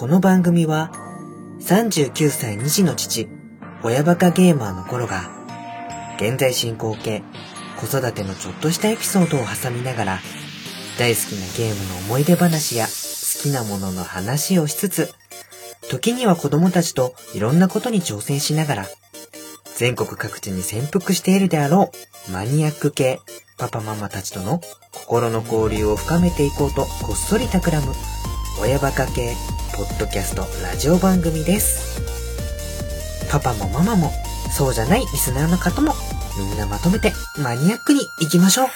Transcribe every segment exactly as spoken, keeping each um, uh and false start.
この番組はさんじゅうきゅうさいに児の父、親バカゲーマーの頃が現在進行形、子育てのちょっとしたエピソードを挟みながら大好きなゲームの思い出話や好きなものの話をしつつ、時には子供たちといろんなことに挑戦しながら全国各地に潜伏しているであろうマニアック系パパママたちとの心の交流を深めていこうとこっそり企む親バカ系ポッドキャストラジオ番組です。パパもママもそうじゃないリスナーの方もみんなまとめてマニアックに行きましょう。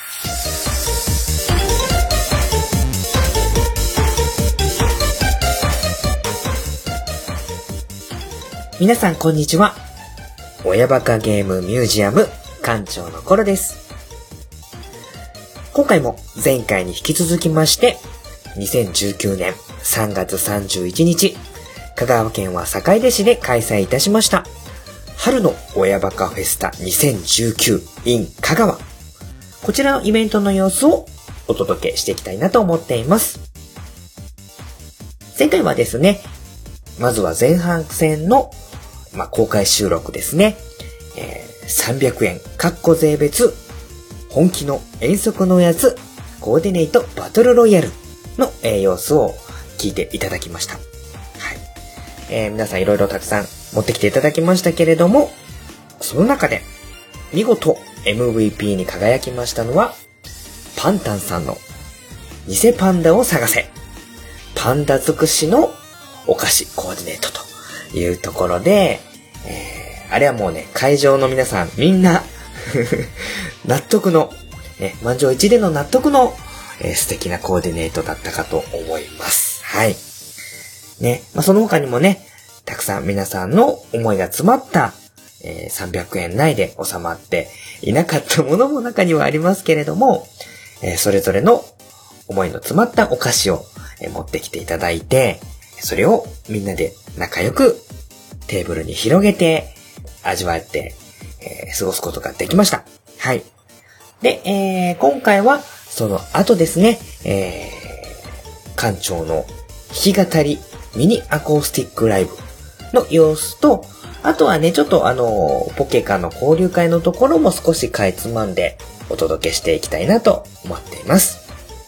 皆さんこんにちは。親バカゲームミュージアム館長のコロです。今回も前回に引き続きましてにせんじゅうきゅうねんさんがつさんじゅういちにち、香川県は坂出市で開催いたしました春の親バカフェスタにせんじゅうきゅう in 香川、こちらのイベントの様子をお届けしていきたいなと思っています。前回はですね、まずは前半戦のまあ、公開収録ですね、えー、さんびゃくえんかっこ税別本気の遠足のやつコーディネートバトルロイヤルの、えー、様子を聞いていただきました。はい、えー、皆さんいろいろたくさん持ってきていただきましたけれども、その中で見事 エムブイピー に輝きましたのはパンタンさんの偽パンダを探せパンダ尽くしのお菓子コーディネートというところで、えー、あれはもうね、会場の皆さんみんな納得の、ね、満場一致での納得の、えー、素敵なコーディネートだったかと思います。はい。ね、まあ、その他にもね、たくさん皆さんの思いが詰まった、えー、さんびゃくえん内で収まっていなかったものも中にはありますけれども、えー、それぞれの思いの詰まったお菓子を、えー、持ってきていただいて、それをみんなで仲良くテーブルに広げて味わって、えー、過ごすことができました。はい。で、えー、今回はその後ですね、えー、館長の弾き語りミニアコースティックライブの様子と、あとはね、ちょっとあの、ポケカの交流会のところも少しかいつまんでお届けしていきたいなと思っています。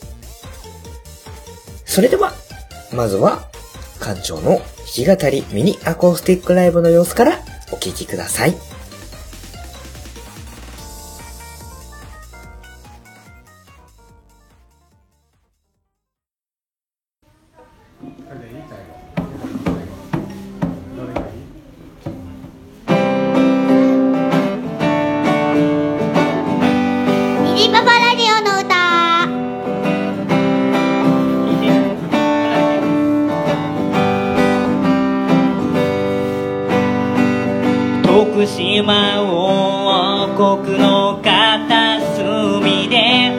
それでは、まずは、館長の弾き語りミニアコースティックライブの様子からお聞きください。 ミニパパラジオの歌。 徳島王国の片隅で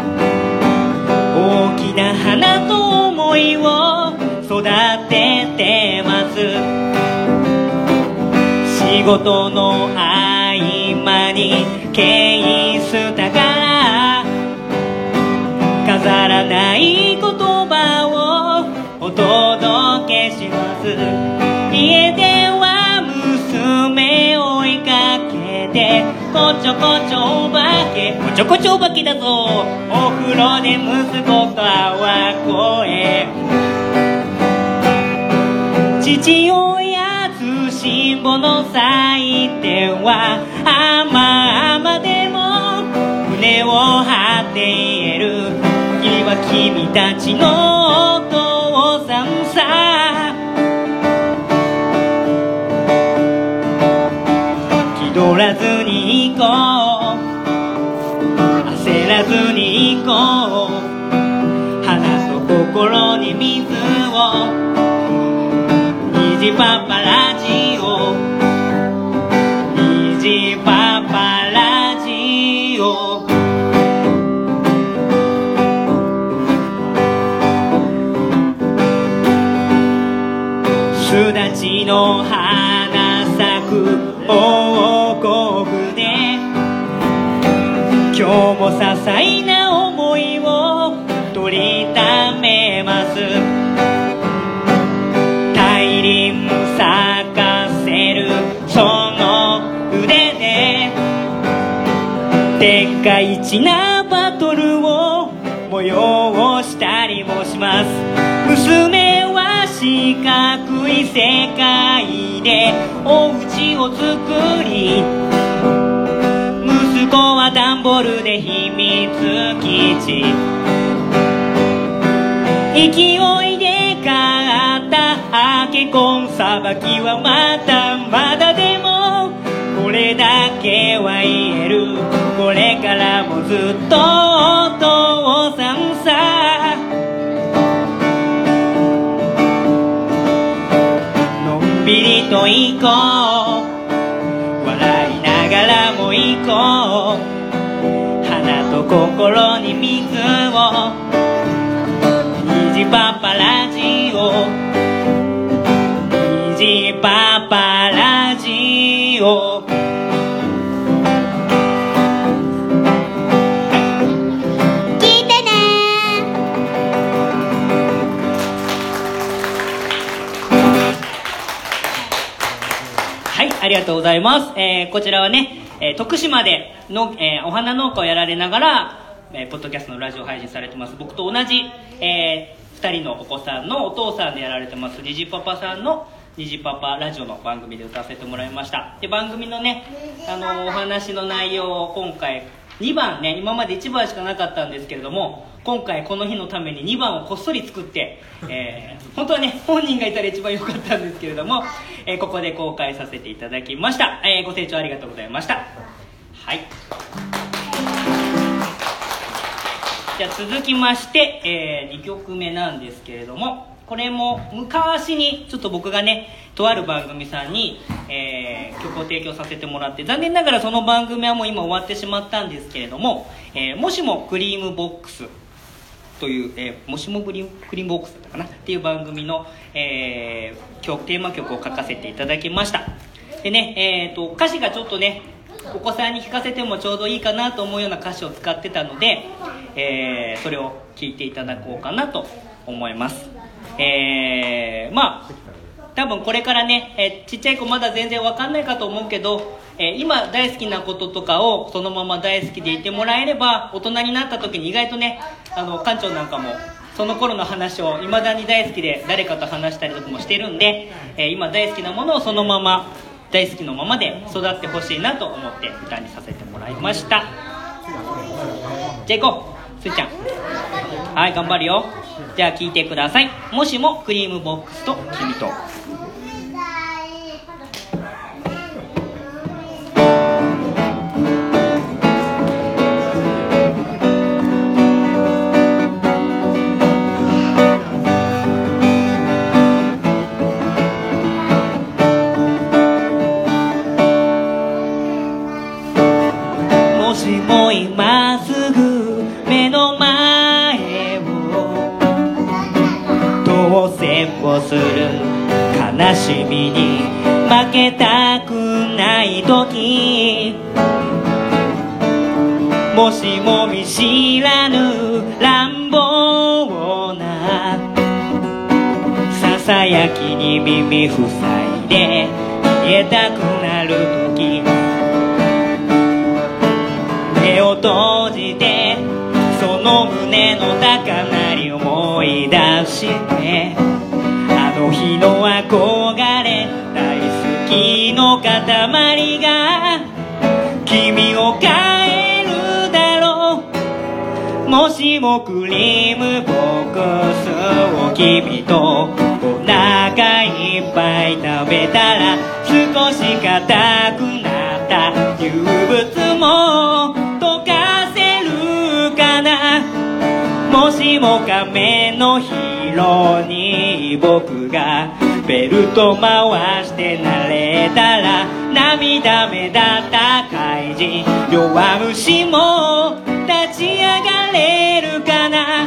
大きな花と思いを育ててます。仕事の合間にケースだから飾らない言葉をお届けします。家では娘を追いかけてこちょこちょお化けこちょこちょお化けだぞ。お風呂で息子とは声父親通信簿の採点は甘々でも胸を張って言える。君は君たちのお父さんさ。気取らずに行こう焦らずに行こう花と心に水を虹パパラジオ虹パパラジオすだちの花咲く王国で今日も些細な思いを取りためます。 ちなバトルを催したりもします。娘は四角い世界でお家を作り、息子はダンボールで秘密基地、勢いで買ったアケコンさばきはまだまだ、でもこれだけは言える、これからもずっとお父さんさ。のんびりと行こう、笑いながらも行こう、花と心に水を、虹パパラジオ、虹パパラジオ。ありがとうございます。えー、こちらはね、えー、徳島での、えー、お花農家をやられながら、えー、ポッドキャストのラジオ配信されてます。僕と同じ、えー、ふたりのお子さんのお父さんでやられてます虹パパさんの虹パパラジオの番組で歌わせてもらいました。で、番組のね、あのお話の内容を今回にばんね、今までいちばんしかなかったんですけれども、今回この日のためににばんをこっそり作って、えー、本当はね本人がいたら一番良かったんですけれども、えー、ここで公開させていただきました。えー、ご清聴ありがとうございました。はい、じゃあ続きまして、えー、にきょくめなんですけれども、これも昔にちょっと僕がねとある番組さんに、えー、曲を提供させてもらって、残念ながらその番組はもう今終わってしまったんですけれども、えー、もしもクリームボックスという、えー、もしもクリームクリームボックスだったかなっていう番組の、えー、曲テーマ曲を書かせていただきました。でね、えーと、歌詞がちょっとねお子さんに聴かせてもちょうどいいかなと思うような歌詞を使ってたので、えー、それを聴いていただこうかなと思います。えー、まあ多分これからね、えー、ちっちゃい子まだ全然わかんないかと思うけど、えー、今大好きなこととかをそのまま大好きでいてもらえれば、大人になった時に意外とね、あの館長なんかもその頃の話を未だに大好きで誰かと話したりとかもしてるんで、えー、今大好きなものをそのまま大好きのままで育ってほしいなと思って歌にさせてもらいました。じゃあ行こう、すいちゃん。はい、頑張るよ。じゃあ聴いてください。もしもクリームボックスと君と。もしも今すぐ目の前を当選をする悲しみに負けたくない時、もしも見知らぬ乱暴なささやきに耳塞いで消えたくなる時、目を閉じてその胸の高鳴り思い出して、あの日の憧れ大好きの塊が君を変えるだろう。もしもクリームボックスを君とお腹いっぱい食べたら、少し硬くなった有物も溶かせるかな。もしも亀のヒーローに僕がベルト回してなれたら、涙目だった怪人弱虫も立ち上がれるかな。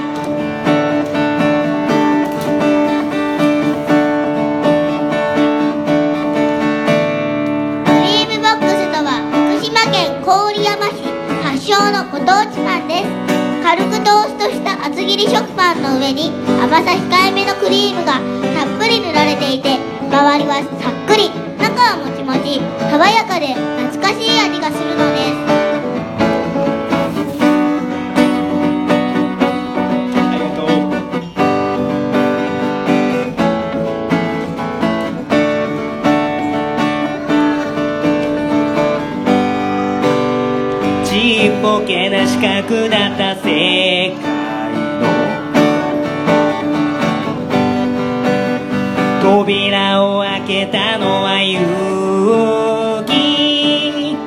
クリームボックスとは福島県郡山市発祥のご当地パンです。軽くトーストした厚切り食パンの上に甘さ控えめのクリームがたっぷり塗られていて、周りはさっくり、中はもちもち、爽やかで懐かしい味がするのです。 ぼけな四角だった世界の扉を開けたのは勇気。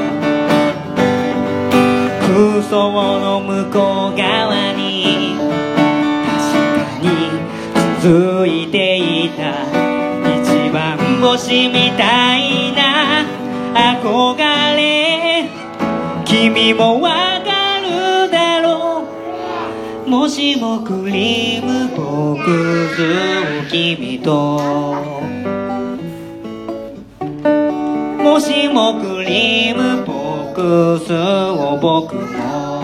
空想の向こう側に確かに続いていた一番星みたいな憧れ、君もわかるだろう。もしもクリームボックスを君と、もしもクリームボックスを僕も、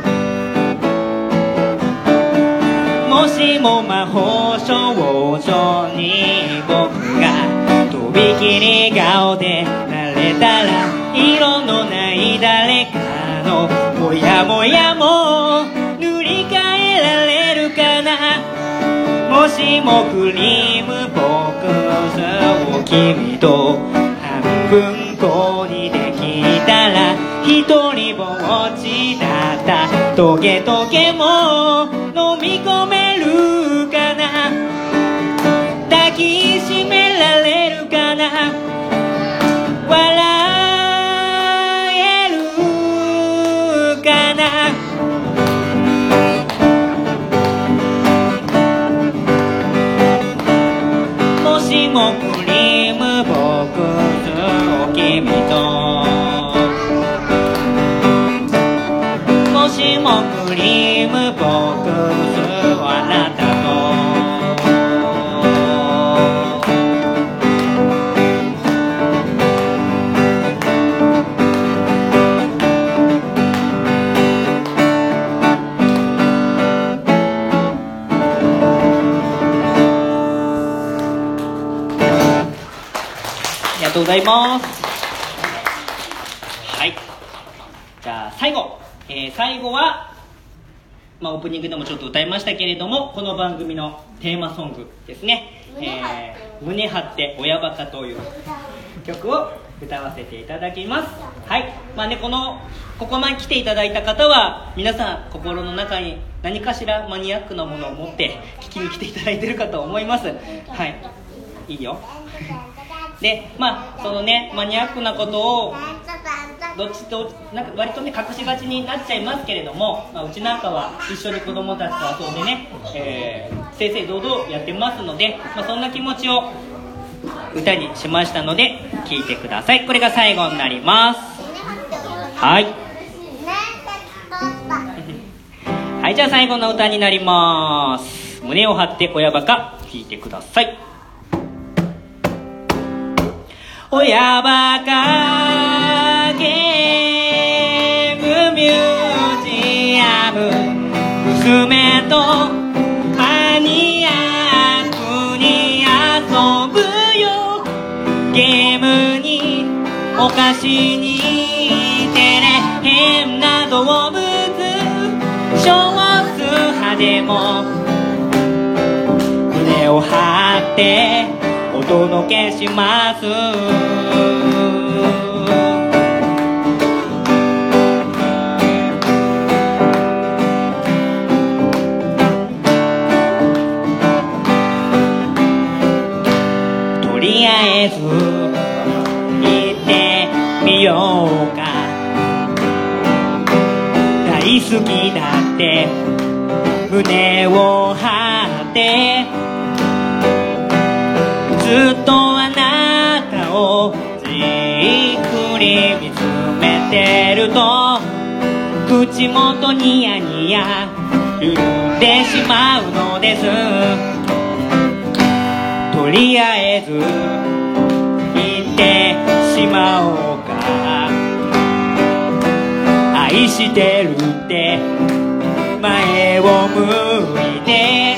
もしも魔法少女に僕がとびきり顔でなれたら、色のない誰かのモヤモヤも塗り替えられるかな。もしもクリームボックスを君と半分こにできたら、一人ぼっちだったトゲトゲも飲み込めるかな。抱きしめられるかな。笑えるかな。もしもクリームボックスを君と、もしもクリームボックスをあなたありがとうございます。はい、じゃあ最後、えー、最後は、まあ、オープニングでもちょっと歌いましたけれども、この番組のテーマソングですね、えー、胸張って親バカという曲を歌わせていただきます。はい、まあね、このここまで来ていただいた方は皆さん心の中に何かしらマニアックなものを持って聞きに来ていただいているかと思います。はい、いいよ。で、まあそのね、マニアックなことをどっちとなんか割とね隠しがちになっちゃいますけれども、まあ、うちなんかは一緒に子供たちと遊んでね、えー、正々堂々やってますので、まあ、そんな気持ちを歌にしましたので聴いてください。これが最後になります。はいはい、じゃあ最後の歌になります。胸を張って親バカ、聴いてください。親バカゲームミュージアム、娘とマニアックに遊ぶよ。ゲームにお菓子にテレ変な動物、少数派でも胸を張ってお届けします。とりあえず行ってみようか。大好きだって胸を張ってずっとあなたをじっくり見つめてると、口元ニヤニヤ緩んでしまうのです。とりあえず言ってしまおうか。愛してるって前を向いて、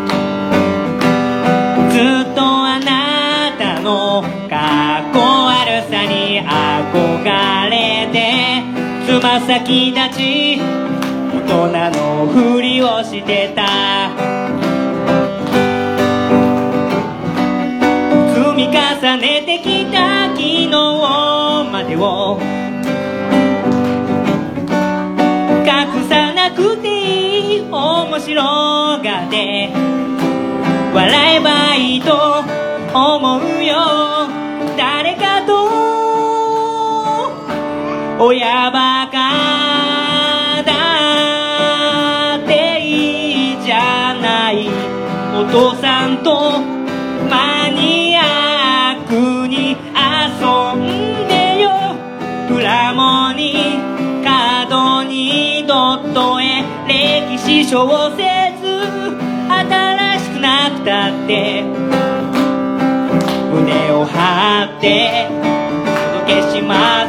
ずっとあなたのかっこ悪さに憧れて、つま先立ち大人のふりをしてた。積み重ねてきた昨日までをなくていい面白がって笑えばいいと思うよ。誰かと親バカだっていいじゃない。お父さんとマニアックに遊んでよ。プラモに角にドット絵歴史小説新しくなくたって胸を張ってお届けします。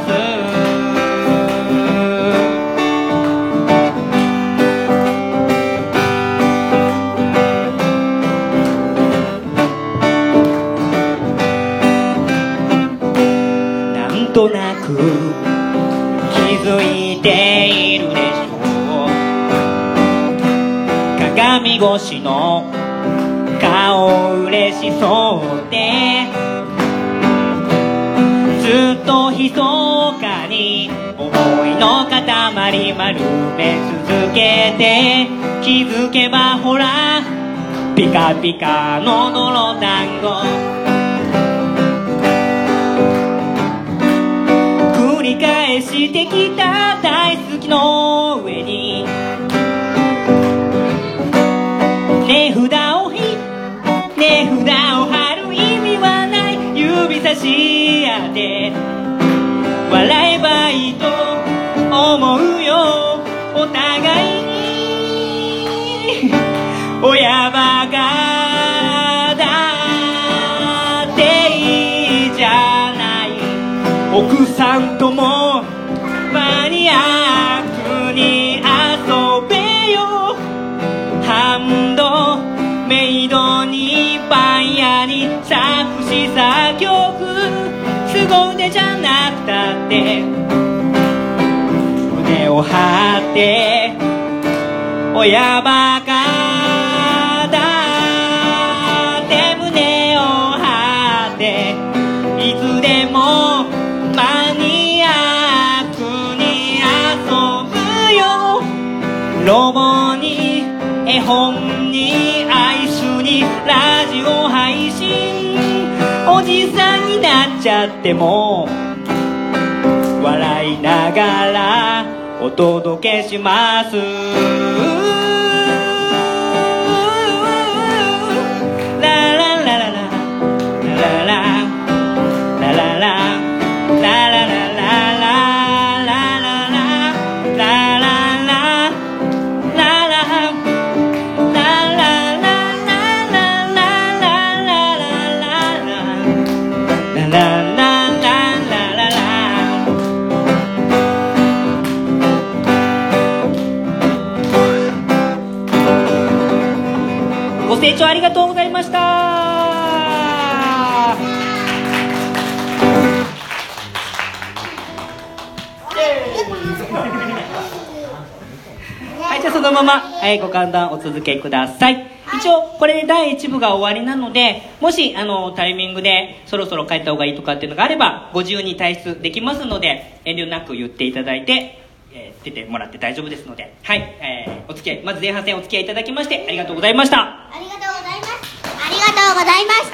なんとなく気づいているでしょう。鏡越しの顔嬉しそうでずっと密かに思いの塊丸め続けて気づけばほらピカピカの泥団子繰り返してきた大好きの上に値札を引値札を貼る意味はない。指差し合って笑えばいいと思うよ。お互いに親バカだっていいじゃない。奥さんともマニアックに遊べよ。ハンドメイドにパン屋に作詞作曲凄腕じゃなくたって胸を張って親バカだって胸を張っていつでもマニアックに遊ぶよ。ロボに絵本にアイスにラジオ配信おじさんになっちゃっても笑いながらお届けします。ララララララララララララララご清聴ありがとうございました。はい、じゃあそのまま、はい、ご歓談お続けください。一応これでだいいち部が終わりなので、もしあのタイミングでそろそろ帰った方がいいとかっていうのがあればご自由に退出できますので遠慮なく言っていただいて、えー、出てもらって大丈夫ですので、はい、えー、お付き合いまず前半戦お付き合いいただきましてありがとうございました。 ありがとうございます。ありがとうございました。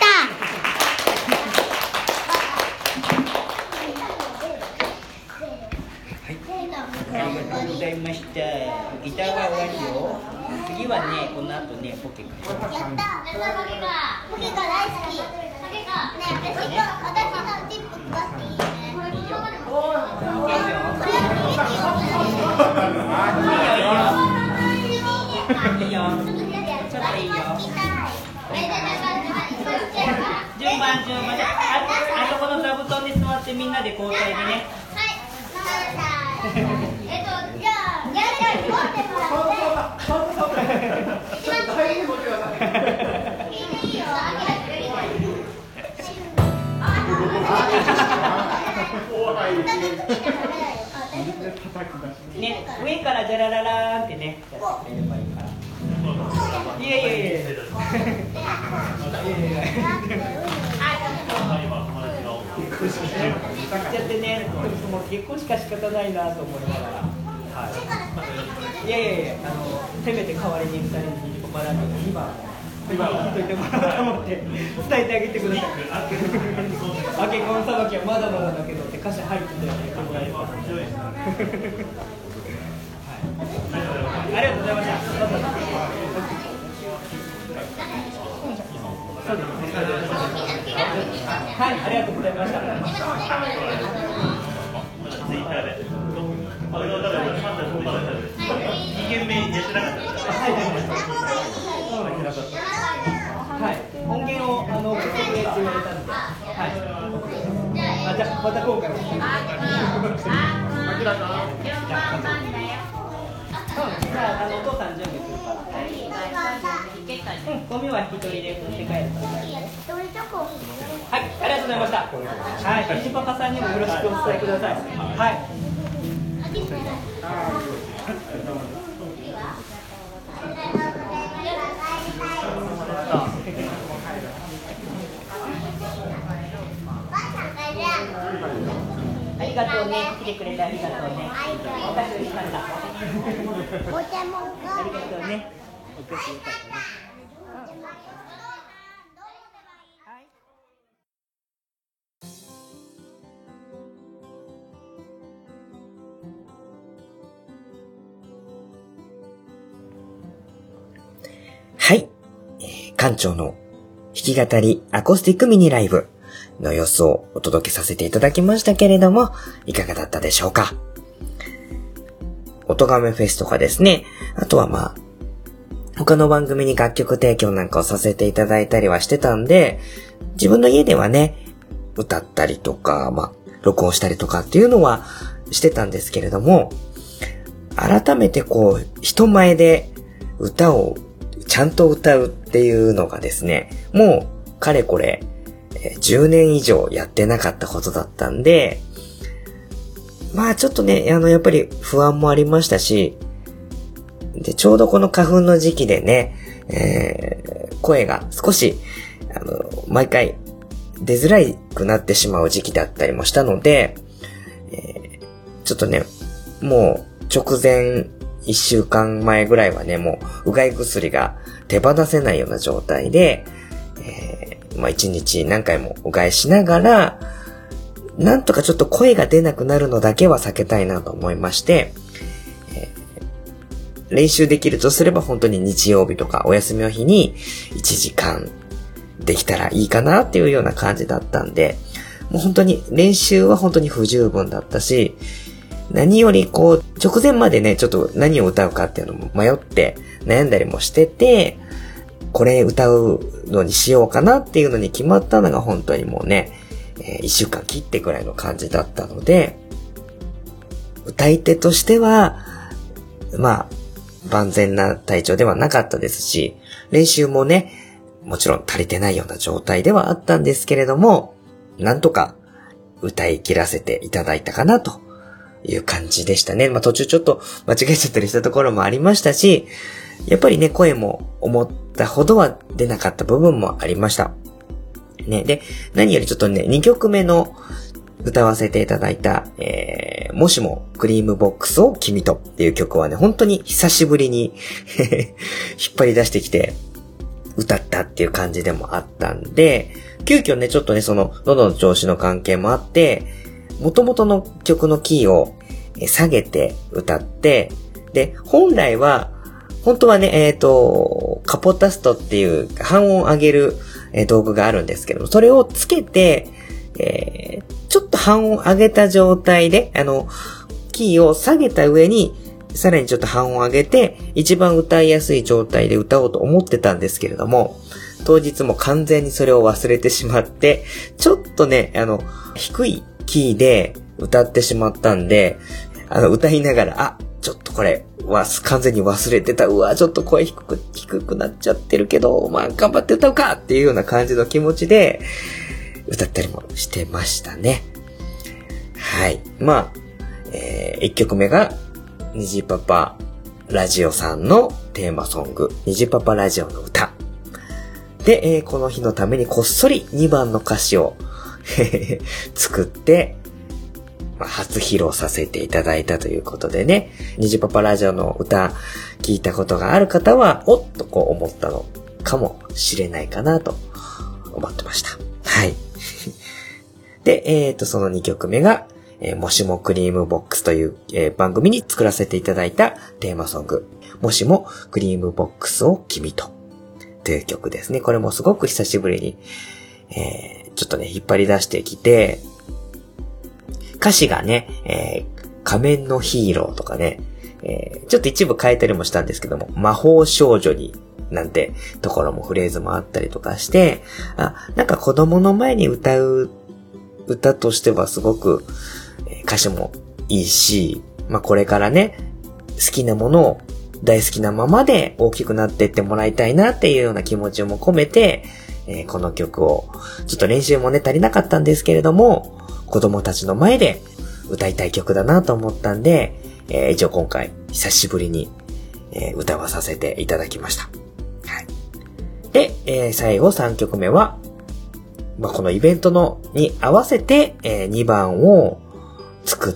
ありがとうございました。ギターは終わりよ。次はね、この後ね、ポケか。 やった。ポケが大好き。ポケがね、私の私のチップ使っていいね。いいよ。これいいよ。いいよ。ちょっといいよ。順番順番で、あそこの座布団に座ってみんなで交代でね。 はい。えっと、じゃあ、やりたい持ってもらって。そうそうそう。ちょっと入ってこてください。いいよ。 ね、上からジャラララーンってね、やればいいから。いやいやいやいや。言っちゃってね、もう結婚しか仕方ないなと思いながら。 いやいやいや、あのせめて代わりにふたりににじパパラジオのにばんにばん聞いといてもらおうと思って伝えてあげてください。あけこんさばきはまだまだだけどって歌詞入ってたよね。考えれば。ありがとうございました。どうぞ。そうですね。はい、ありがとうございました。にけんめやってなかったですか？はい、はい、音源をあの送ってくれって言われたんで、はい。あ、じゃあまた今回も。じゃあ、あのお父さん準備するから。うん、ゴミは一人で持って帰るから。はい、ありがとうございました。はい、にじパパさんにもよろしくお伝えください。はい。ありがとうね、来てくれてありがとうね。お菓子美味しかった。 お茶もありがとうね。お菓子よかったね。 はい。えー、館長の弾き語りアコースティックミニライブの様子をお届けさせていただきましたけれども、いかがだったでしょうか。音亀フェスとかですね、あとはまあ、他の番組に楽曲提供なんかをさせていただいたりはしてたんで、自分の家ではね、歌ったりとか、まあ、録音したりとかっていうのはしてたんですけれども、改めてこう、人前で歌をちゃんと歌うっていうのがですね、もう、かれこれ、じゅうねん以上やってなかったことだったんで、まあちょっとね、あの、やっぱり不安もありましたし、で、ちょうどこの花粉の時期でね、えー、声が少し、あの、毎回出づらくなってしまう時期だったりもしたので、えー、ちょっとね、もう直前いっしゅうかんまえぐらいはね、もううがい薬が手放せないような状態で、えー、まあ一日何回もうがいしながら、なんとかちょっと声が出なくなるのだけは避けたいなと思いまして、えー、練習できるとすれば本当に日曜日とかお休みの日にいちじかんできたらいいかなっていうような感じだったんで、もう本当に練習は本当に不十分だったし、何よりこう直前までね、ちょっと何を歌うかっていうのも迷って悩んだりもしてて、これ歌うのにしようかなっていうのに決まったのが本当にもうね、えー、いっしゅうかん切ってぐらいの感じだったので、歌い手としては、まあ、万全な体調ではなかったですし、練習もね、もちろん足りてないような状態ではあったんですけれども、なんとか歌い切らせていただいたかなという感じでしたね。まあ途中ちょっと間違えちゃったりしたところもありましたし、やっぱりね、声も思ったほどは出なかった部分もありました。ね、で、何よりちょっとね、にきょくめの歌わせていただいた、えー、もしもクリームボックスを君とっていう曲はね、本当に久しぶりに引っ張り出してきて歌ったっていう感じでもあったんで、急遽ね、ちょっとね、その喉の調子の関係もあって、元々の曲のキーを下げて歌って、で、本来は、本当はね、えっと、カポタストっていう半音上げる道具があるんですけど、それをつけて、えー、ちょっと半音上げた状態で、あの、キーを下げた上に、さらにちょっと半音上げて、一番歌いやすい状態で歌おうと思ってたんですけれども、当日も完全にそれを忘れてしまって、ちょっとね、あの、低いキーで歌ってしまったんで、あの、歌いながら、あ、ちょっとこれは完全に忘れてた。うわ、ちょっと声低く、低くなっちゃってるけど、まあ、頑張って歌うかっていうような感じの気持ちで、歌ったりもしてましたね。はい。まあ、えー、いっきょくめが、虹パパラジオさんのテーマソング、虹パパラジオの歌。で、えー、この日のためにこっそりにばんの歌詞を作って、 まあ、初披露させていただいたということでね、虹パパラジオの歌聞いたことがある方は、おっとこう思ったのかもしれないかなと思ってました。はい。で、えっと、そのにきょくめが、えー、もしもクリームボックスという、えー、番組に作らせていただいたテーマソング、もしもクリームボックスを君と、という曲ですね。これもすごく久しぶりに、えー、ちょっとね、引っ張り出してきて、歌詞がね、えー、仮面のヒーローとかね、えー、ちょっと一部変えたりもしたんですけども、魔法少女に、なんてところもフレーズもあったりとかして、あ、なんか子供の前に歌う歌としてはすごく、えー、歌詞もいいし、まあこれからね、好きなものを大好きなままで大きくなっていってもらいたいなっていうような気持ちも込めて、えー、この曲を、ちょっと練習もね足りなかったんですけれども、子供たちの前で歌いたい曲だなと思ったんで、えー、一応今回久しぶりに、えー、歌わさせていただきました。はい。で、えー、最後さんきょくめは、まあ、このイベントのに合わせて、えー、にばんを作って、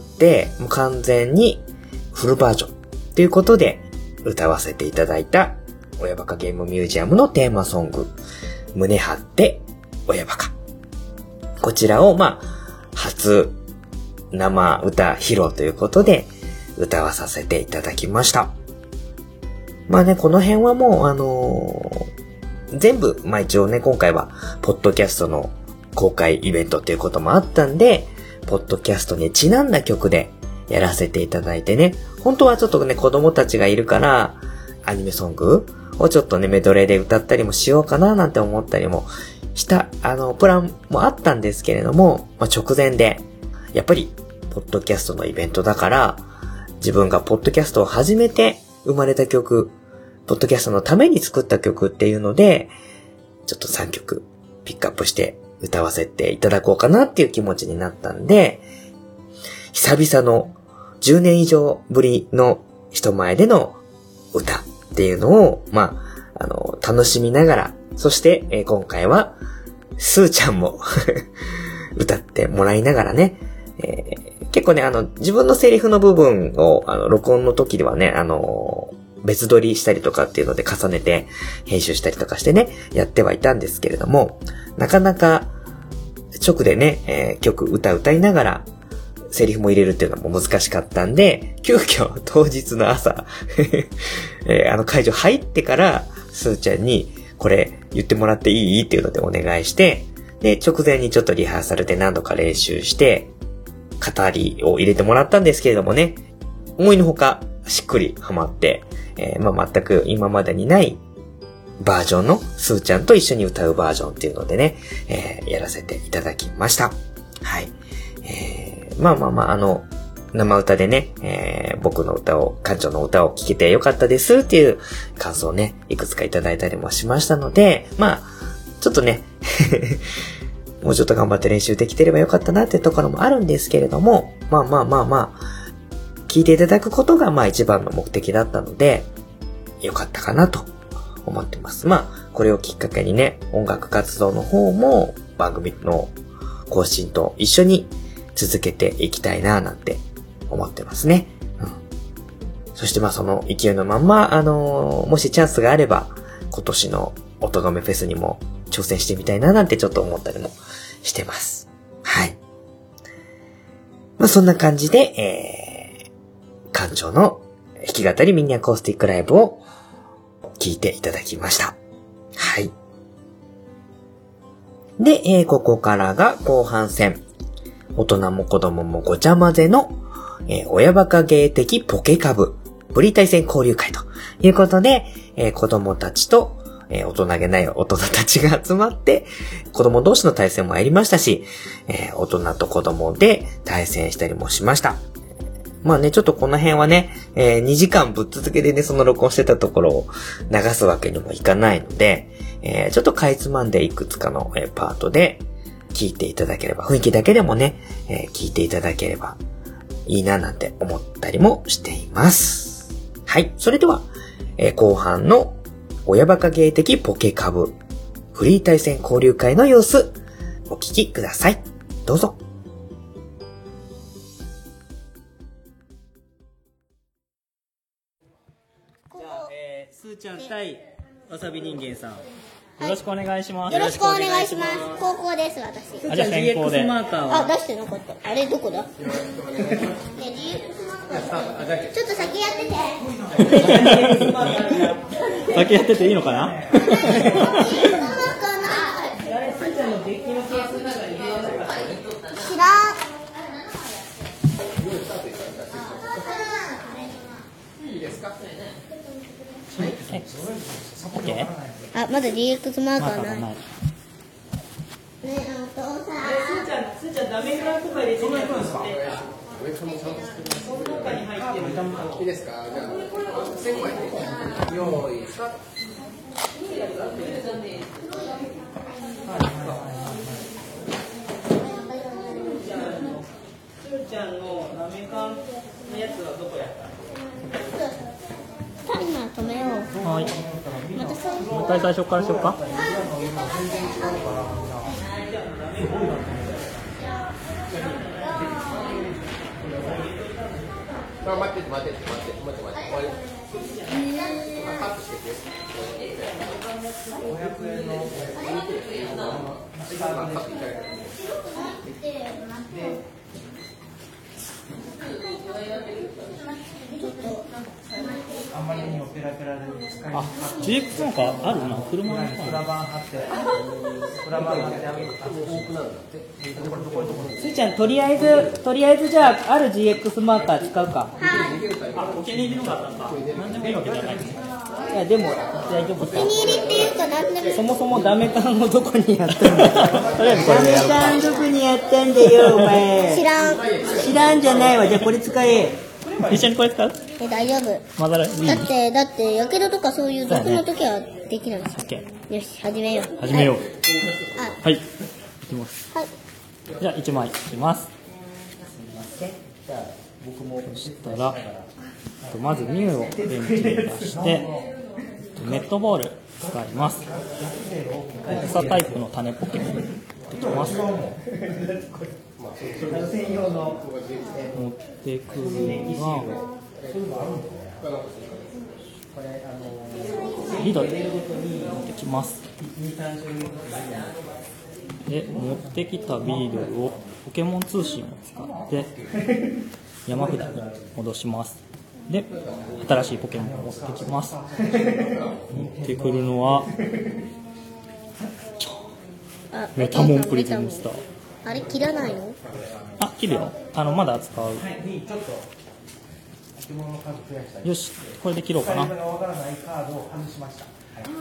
もう完全にフルバージョンということで歌わせていただいた親バカゲームミュージアムのテーマソング、胸張って親バカ。こちらをまあ初生歌披露ということで歌わさせていただきました。まあね、この辺はもうあのー、全部、まあ一応ね、今回はポッドキャストの公開イベントっていうこともあったんで、ポッドキャストにちなんだ曲でやらせていただいてね、本当はちょっとね、子供たちがいるからアニメソングをちょっとね、メドレーで歌ったりもしようかななんて思ったりもした、あの、プランもあったんですけれども、まあ、直前で、やっぱり、ポッドキャストのイベントだから、自分がポッドキャストを始めて生まれた曲、ポッドキャストのために作った曲っていうので、ちょっとさんきょくピックアップして歌わせていただこうかなっていう気持ちになったんで、久々のじゅうねん以上ぶりの人前での歌っていうのを、まあ、あの、楽しみながら、そして、えー、今回は、スーちゃんも歌ってもらいながらね、えー、結構ね、あの、自分のセリフの部分を、あの、録音の時ではね、あのー、別撮りしたりとかっていうので重ねて編集したりとかしてね、やってはいたんですけれども、なかなか直でね、えー、曲歌歌いながらセリフも入れるっていうのも難しかったんで、急遽当日の朝、えー、あの会場入ってからスーちゃんにこれ言ってもらっていいっていうのでお願いして、で、直前にちょっとリハーサルで何度か練習して、語りを入れてもらったんですけれどもね、思いのほかしっくりハマって、えー、まあ、全く今までにないバージョンのスーちゃんと一緒に歌うバージョンっていうのでね、えー、やらせていただきました。はい。えー、まあまあまあ、あの、生歌でね、えー、僕の歌を、館長の歌を聴けてよかったですっていう感想をね、いくつかいただいたりもしましたので、まあ、ちょっとね、もうちょっと頑張って練習できてればよかったなっていうところもあるんですけれども、まあまあまあまあ、聞いていただくことがまあ一番の目的だったので、よかったかなと思ってます。まあ、これをきっかけにね、音楽活動の方も番組の更新と一緒に続けていきたいななんて思ってますね。うん。そしてまあその勢いのまんま、あのー、もしチャンスがあれば、今年の音亀フェスにも挑戦してみたいななんてちょっと思ったりもしてます。はい。まあそんな感じで、えー、館長の弾き語りミニアコースティックライブを聴いていただきました。はい。で、えー、ここからが後半戦。大人も子供もごちゃ混ぜの、えー、親バカ芸的ポケカブ、フリー対戦交流会ということで、えー、子供たちと、えー、大人げない大人たちが集まって、子供同士の対戦もやりましたし、えー、大人と子供で対戦したりもしました。まあね、ちょっとこの辺はね、えー、にじかんぶっ続けでね、その録音してたところを流すわけにもいかないので、えー、ちょっとかいつまんでいくつかの、えー、パートで聞いていただければ、雰囲気だけでもね、えー、聞いていただければいいななんて思ったりもしています。はい。それでは、えー、後半の親バカ芸的ポケカブフリー対戦交流会の様子、お聞きください。どうぞ。 ちゃん対わさび人間さん、よろしくお願いします。 よろしくお願いします。高校です、私。 あ、じゃあ先行で。 あ、出してなかった。あれ、どこだ？ね、ジーエックスマーカー。ちょっと先やってて。 先やってていいのかな？ 知らん。 オッケー？ あ、まだ ジーエックス マーカーない。 ない。 ねえ、お父さん。 すーちゃんダメグラとか入れてないんですか？その中に入ってる。 いいですか？じゃあ、線まで用意スタート。 すーちゃんのダメ缶のやつはどこやった？ タイマー止めよう。 はい。 また最後。 もう一回最初からしようか。 あ、待ってて待ってて待ってて待って待って終わり。カットしてて。ごひゃくえんのカットいただいて。 あんまりにもペラペラで使いあ、ジーエックス なんかあるな、車のプラバン貼ってプラバン貼ってある多くなるんだってすーちゃん、とりあえず、とりあえずじゃあ、ある ジーエックス マーカー使うか。あ、お気に入りのがあったんだ。なんでもいいわけじゃない。いや、でも、大丈夫か。 お気に入りっていうか、なんでも。 そもそもダメ缶をどこにやったんだとりあえずこれでやろうか。ダメ缶どこにやったんだよ、お前。 知らん。 知らんじゃないわ。じゃあこれ使え。一緒にこれ使う？ え、大丈夫。 混ざる？いい？ だって、だって、やけどとかそういう毒の時はできないし。 オッケー。 よし、始めよう。 始めよう。 はい。 はい。いきます。 はい。 じゃあ一枚いきます。そしたら、まずミュウをベンチに出して、ネットボール使います。草タイプの種ポケ持ってきます。持ってくるのは緑持ってきます。で、持ってきたビードルをポケモン通信を使って山札に戻します。で、新しいポケモンを持ってきます。持ってくるのはあ、 メタモンプリズムスター。 あれ、切らないの？ あ、切るよ。あの、まだ使う。 ちょっと置物の数増やしたい。 よし、これで切ろうかな。 わからないカードを外しました。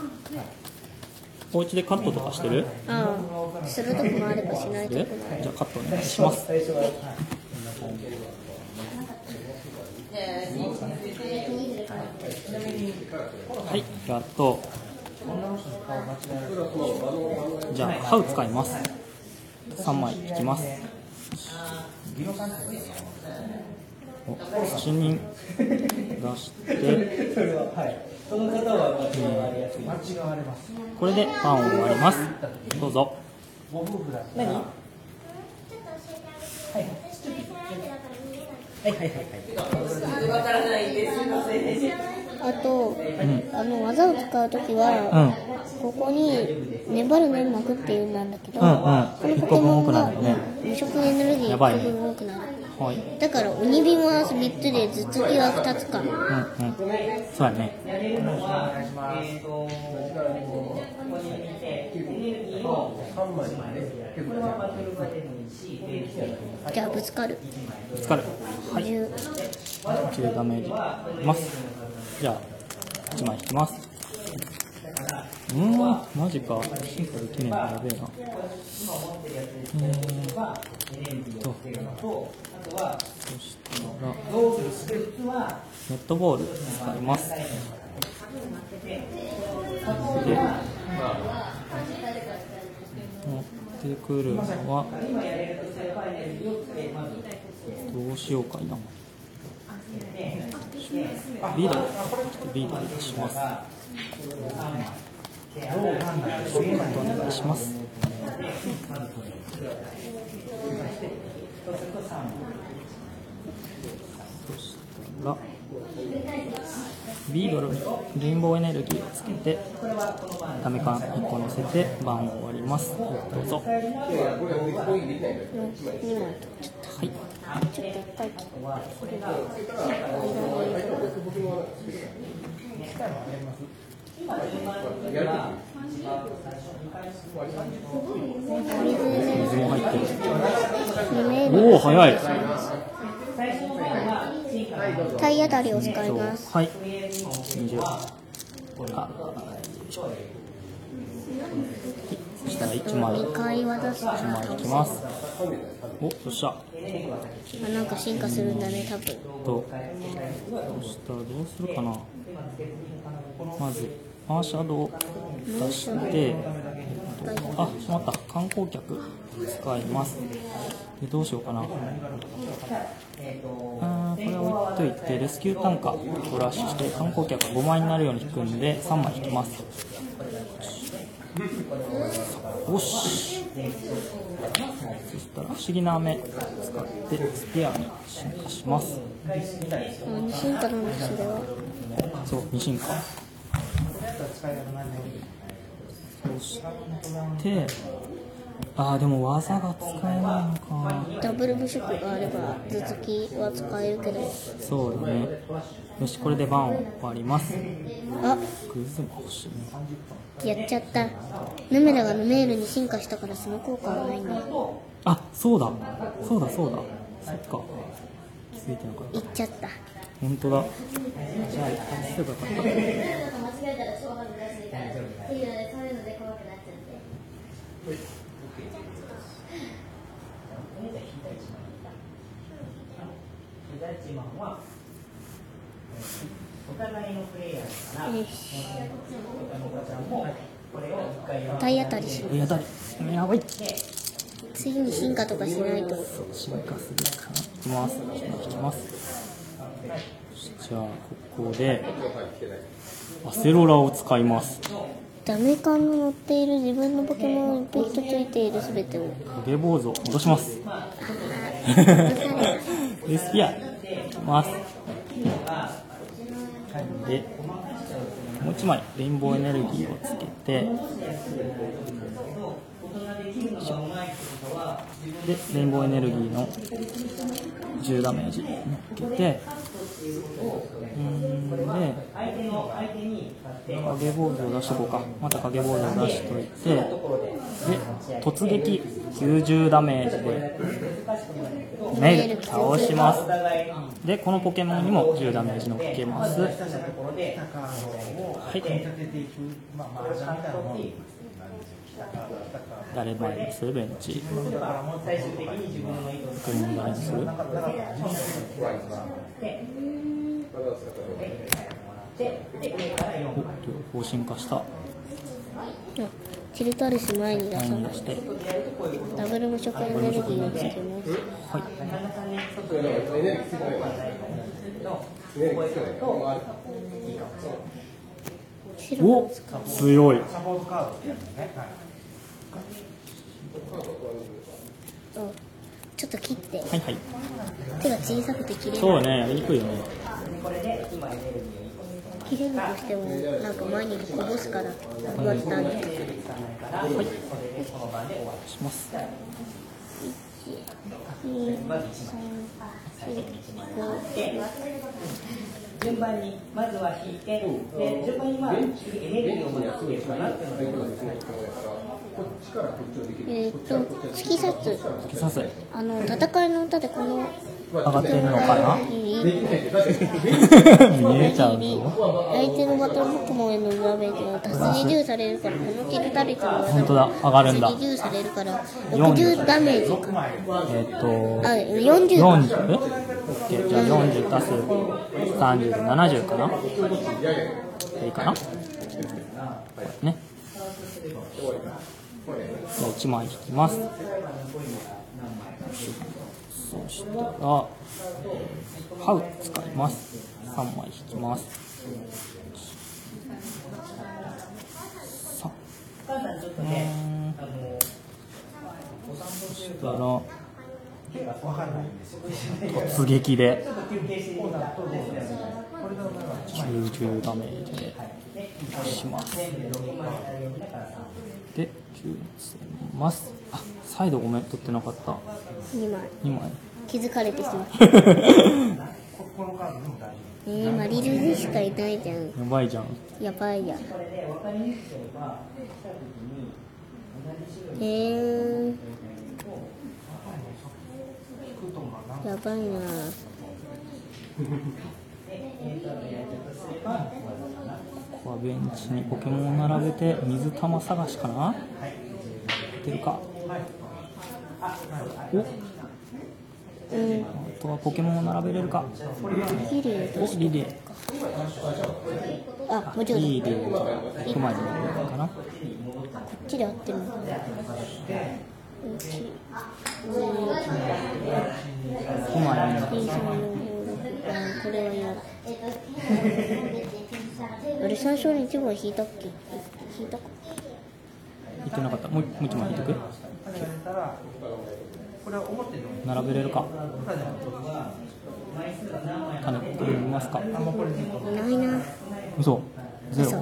お家でカットとかしてる？ ああ、するとこもあればしないとでこもある。 じゃあカットお願いします。はい、やっと。じゃあ、ハウ使います。さんまい引きます。お、写真出して、これでパンを終わります。どうぞ。何？はいはいはいはい。わからないです。すみません。 あと、うん、あの技を使うときは、うん、ここに粘る粘膜っていうんなんだけど、うんうん、このポケモンが無色エネルギーが多くなる。はい、だから鬼火はみっつで頭突きはふたつか。うんうん。 そうだね。 じゃあぶつかる。 ぶつかる。はい。じゅうダメージいきます。じゃあいちまい引きます。うーん、マジか。進化できねえのやべえな。えーっと。そしたらネットボール使います。で、持ってくるのはどうしようかな。ビードルビードル出します。お願いします。そしたらビードルにレインボーエネルギーをつけてダメ缶いっこ乗せて番を終わります。どうぞ。はい、 にまい取っちゃった。 はい、 ちょっといっぱい切ってそれで間水も入ってる。 におお、早い。 体当たりを使います。 はい、にじゅう。あ、そしたらいちまいにかい渡す。 いちまいいきます。お、よっしゃ。 あ、なんか進化するんだね、多分。 と、そしたらどうするかな。まずマーシャドを出して、あ、しまった、観光客使います。で、どうしようかな。あー、これ置いといてレスキュー単価プラスして観光客がごまいになるように引くんでさんまい引きます。よし、そしたら不思議な飴使ってスペアに進化します。 あ、二進化なんです、それは。 そう、二進化。そしてあー、でも技が使えないのか。 ダブル無色があれば頭突きは使えるけど。 そうだね。よし、これで番を終わります。 あ、 グズも欲しいね。 やっちゃった。ヌメラがヌメールに進化したからその効果はないんだ。 あ、そうだそうだそうだ、そっか、気づいてなかった。 いっちゃった。 本当だ。じゃあ一回すればよかった。 よし。体当たりします。 やだり、やばい。 次に進化とかしないと。 進化するかな。いきます。引きます。じゃあここでアセロラを使います。 ダメ缶の乗っている自分のポケモンをいっぴきとついているすべてを。 影坊主を戻します。レスピアいきます。で、もう一枚レインボーエネルギーをつけて、でレインボーエネルギーのじゅうダメージ乗っけて、うんで影坊主を出しとこうか。また影坊主を出しといて、で突撃きゅうじゅうダメージでメイル倒します。でこのポケモンにもじゅうダメージ乗っけます。はい、誰前にするベンチグリーンバレンスお、両方進化した。 チルタリス前に出さ前にない出してダブル無色エネルギーをつけます。 はい、お、強い。 ちょっと切って、 はいはい、 手が小さくて切れない。 そうね、やりにくいよね。 切れるとしてもなんか前にこぼすから言われたんで。 はい、します。 に、さん、よん、ご、 順番にまずは引いて、で順番にまあエネルギーを持っていくかなっていうのがえーっと突き刺す。 突き刺す。 あの戦いの歌でこの上がってるのかな。見見えちゃうぞ。 相手のバトルポケモンへのダメージが多数リデューされるから、このキルタリスの本当だ、上がるんだ。 リデューされるからろくじゅうダメージか。 えっとあ、よんじゅう。 よんじゅう、じゃあよんじゅう足すさんじゅうでななじゅうかな。いいかなね。じゃあいちまい引きます。そしたらハウ使います。さんまい引きます。さあ、うん、そしたら突撃できゅうじゅうダメージでします。できゅうせます。あ、サイドごめん、取ってなかった。 にまいにまい気づかれてしまったえー、マリルでしかいないじゃん。 やばいじゃん。 やばいやん。えー、やばいな。 ここはベンチにポケモンを並べて水玉探しかな。出るか。お、 うん、 あとはポケモンを並べれるか。 リレーどうしお、リレー。 あ、もちろんリレーがクマになるかな。 こっちで合ってるのかな。うちクマになる。 にさんよんごろく、あ、これは嫌だ。あれ最初にいちまい引いたっけ？引いたか。 言ってなかった。もうもう一枚引いてく。並べれるか。種取りますか。 いないな。 嘘。ゼロ。 嘘。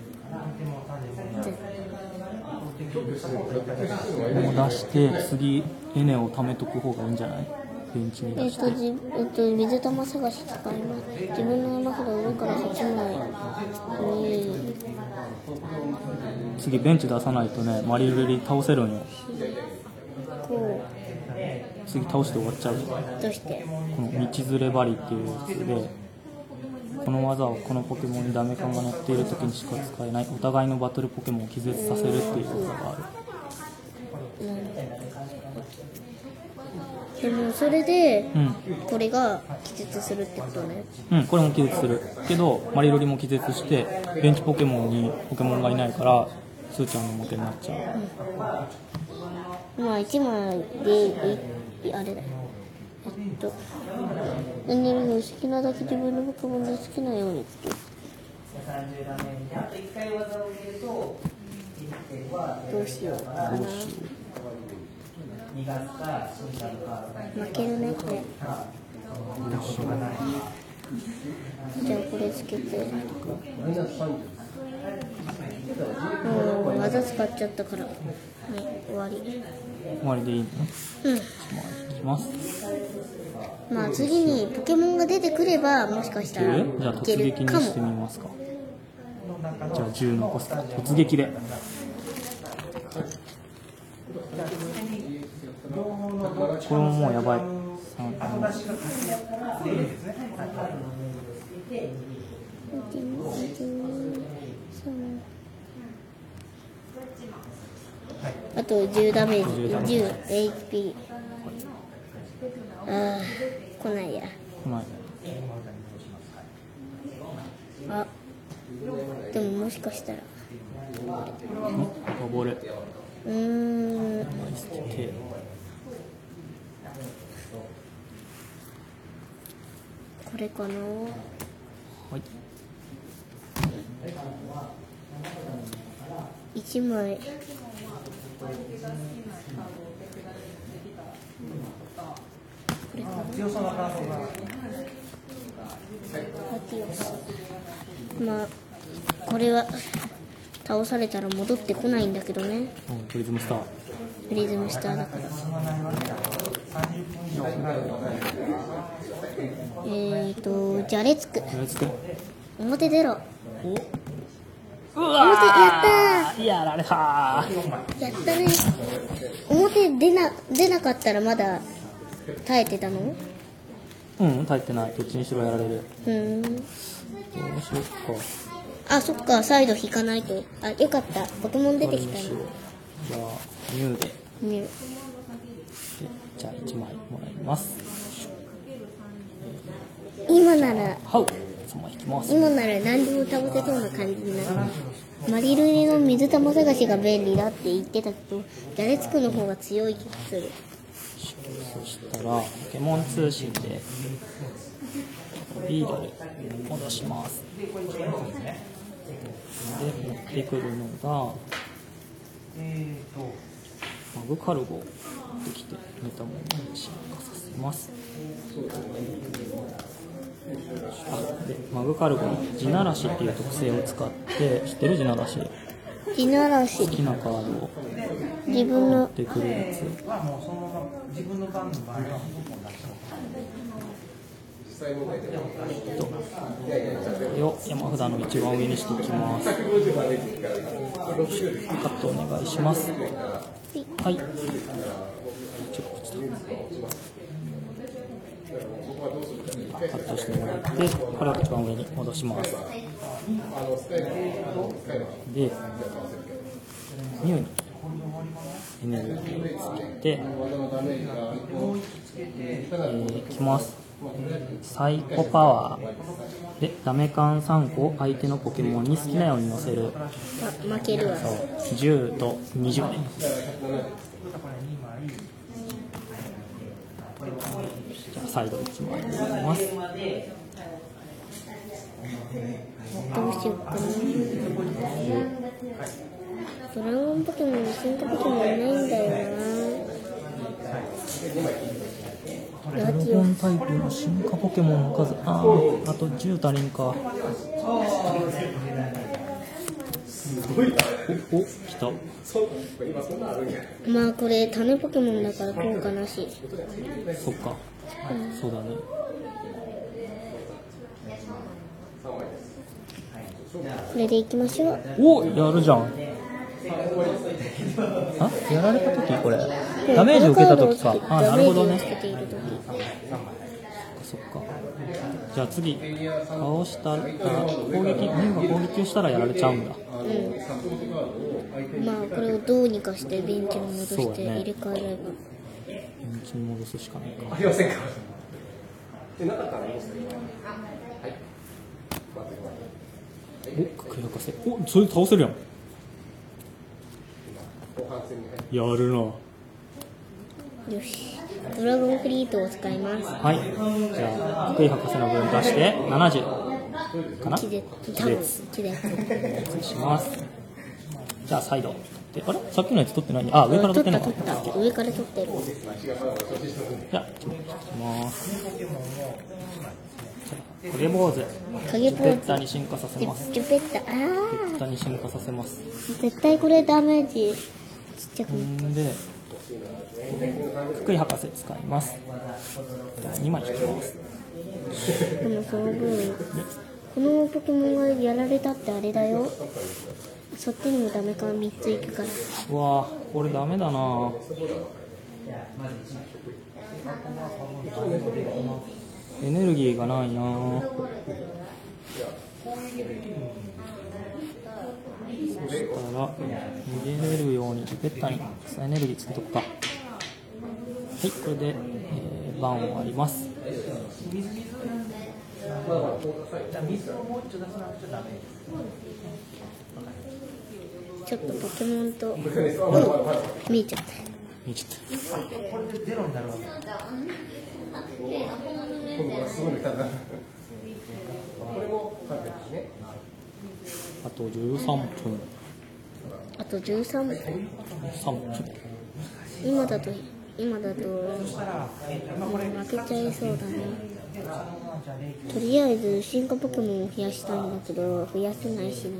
もう出して次エネを貯めとく方がいいんじゃない？ベンチにえっと、 出して。 じえっと、水玉探し使います。自分の山札を上からはちまいに、 次ベンチ出さないとね、マリルリ倒せるんよ。 こ次倒して終わっちゃう。 う、どうしてこの道連れ針っていうやつで、この技をこのポケモンにダメ感が乗っている時にしか使えない。お互いのバトルポケモンを気絶させるっていう技がある。 でもそれで、 うんこれが気絶するってことね。 うん、これも気絶するけどマリロリも気絶してベンチポケモンにポケモンがいないからスーちゃんの元になっちゃう。 まあいちまいでいあれだよ。えっとエネルギーを好きなだけ自分のポケモンで好きなようにつける。どうしようかな。負けるねこれ。じゃあこれつけて。もう技使っちゃったから。はい、終わり。 終わりでいいの？ うん。 いきます。 まあ次にポケモンが出てくればもしかしたらいじゃあけ突撃にるかしてみも。 ますか。じゃあじゅう残すか。突撃で。これももうやばい。さんあとじゅうダメージ、じゅうエイチピー。ああ、来ないや。 来ない。 あ、でももしかしたら。 登る。 うーん。 ナイス手。 これかな。 はい。 一枚。これかな。まあこれは倒されたら戻ってこないんだけどね。 うん、プリズムスター。 プリズムスターだから。えーとじゃれつく。 やつく。 表出ろ。 うわやったー。やられたー。やったね。表出な出なかったらまだ耐えてたの？ ー。うん、耐えてない。どっちにしろやられる。 うーん。 どうしよっか。 あ、そっか、再度引かないと。あ、よかった。ポケモン出てきたじゃあニューで。 の。ね、 でじゃあいちまいもらいます。 今なら、 はう。そのまま引きます。 今なら何でも倒せそうな感じになる。マリルリの水玉探しが便利だって言ってたけど、じゃれつくの方が強い気がする。 そしたらポケモン通信でリードで戻します。で持ってくるのがマグカルゴできてメタモンにしようか。 せます。あでマグカルゴの地ならしっていう特性を使って、知ってる？地ならし。 地ならし。 好きなカードを自分の持ってくるやつ。これを山札の一番上にしておきます。カットお願いします。はい。ちょっと落ちた。カットしてもらって、これを一番上に戻します。で、ミュウにエネルギーをつけて、えー、いきます。サイコパワーでダメカンさんこを相手のポケモンに好きなように乗せる。 あ、負けるわ。 そうじゅうとにじゅうね。じゃあサイドいちまい入れます。 どうしようかな。ドラゴンポケモンの進化ポケモンないんだよな。 ドラゴンタイプの進化ポケモンの数、あーあとじゅう足りんか。おお来た。 まあこれ種ポケモンだから効果なし。 そっか、うん、そうだね。 これでいきましょう。 おやるじゃん。あやられた時これダメージを受けた時か。あなるほどね。そっか。じゃあ次倒したら攻撃、ミュウが攻撃をしたらやられちゃうんだ。 うん、まあこれをどうにかしてベンチに戻して入れ替えれば、ね、 ベンチに戻すしかないか。 ありませんか。 お角博士、おそれ倒せるやん。やるな。 よし、ドラゴンフリートを使います。 はい、じゃあ福井博士の分出してななじゅうかな。 気絶、 気絶気絶します。じゃあサイドで、あれさっきのやつ取ってないね。あ上から取ってないか。 取った取った上から取ってる。 じゃあ引きます。影坊主影坊主ジュペッタに進化させます。 ジュペッタ、あジュペッタに進化させます。 絶対これダメージちっちゃくなってんで福井博士使います。にまい引きます。 でもその分このポケモンがやられたってあれだよ。そっちにもダメかみっついくから。 うわーこれダメだな。エネルギーがないな。そしたら逃げれるようにジュペッタにエネルギーつけとくか。はい、これで、えー、番終わります。 ちょっとポケモンと、うん、見えちゃった見えちゃった。あとじゅうさんぷん。 あとじゅうさんぷん。 さんぷん。 今だと今だと負けちゃいそうだね。とりあえず進化ポケモンを増やしたいんだけど増やせないしな。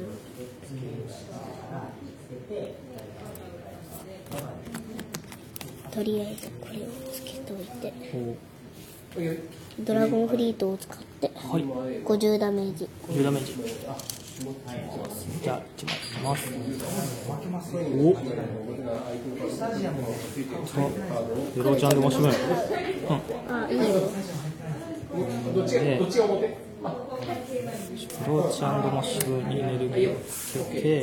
とりあえずこれをつけといてドラゴンフリートを使ってごじゅうダメージ。 ごじゅうダメージ。じゃあいちまいします。おゼロちゃんでマシュマロ。 うん。あいいよ。 でプローチアンドマッシュにエネルギーをつけてで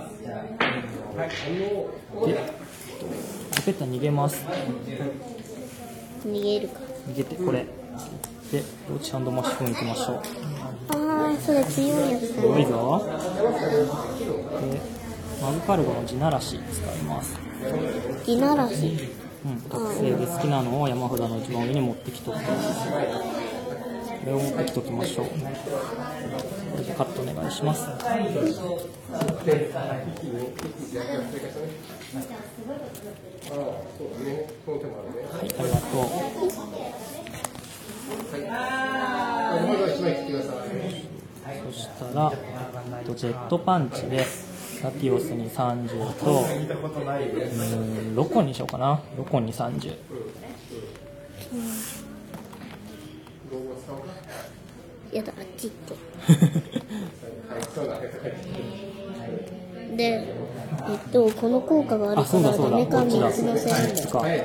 ジュペッタ逃げます。 逃げるか。 逃げてこれでプローチアンドマッシュいきましょう。 ああそれ強いやつだ強いぞ。でマグカルゴの地ならし使います。 地ならし、 うん、特性で好きなのを山札の一番上に持ってきとく。これを持ってきときましょう。これでカットお願いします。はい、ありがとう。 ら、えっとジェットパンチでラティオスにさんじゅうと、うーんロコンにしようかな。ロコンにさんじゅう。 やだ、あっち行って。で、えっと、この効果があるあ、そうだそうだ、 からダメかこっちだ。 水のせいなんだ。 か。はい。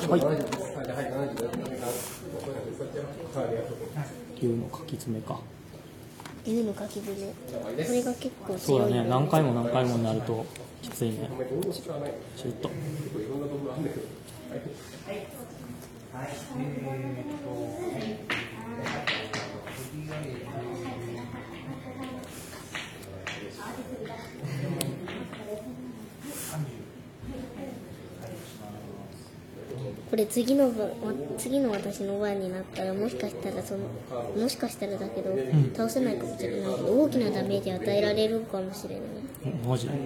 竜の書き爪か。 竜の書き爪。これが結構そうだ強いよね、何回も何回もになるときついね。シュッと。 これ次の番次の私の番になったらもしかしたらそのもしかしたらだけど、 ん倒せないかもしれないけど大きなダメージ与えられるかもしれない。 うんマジで。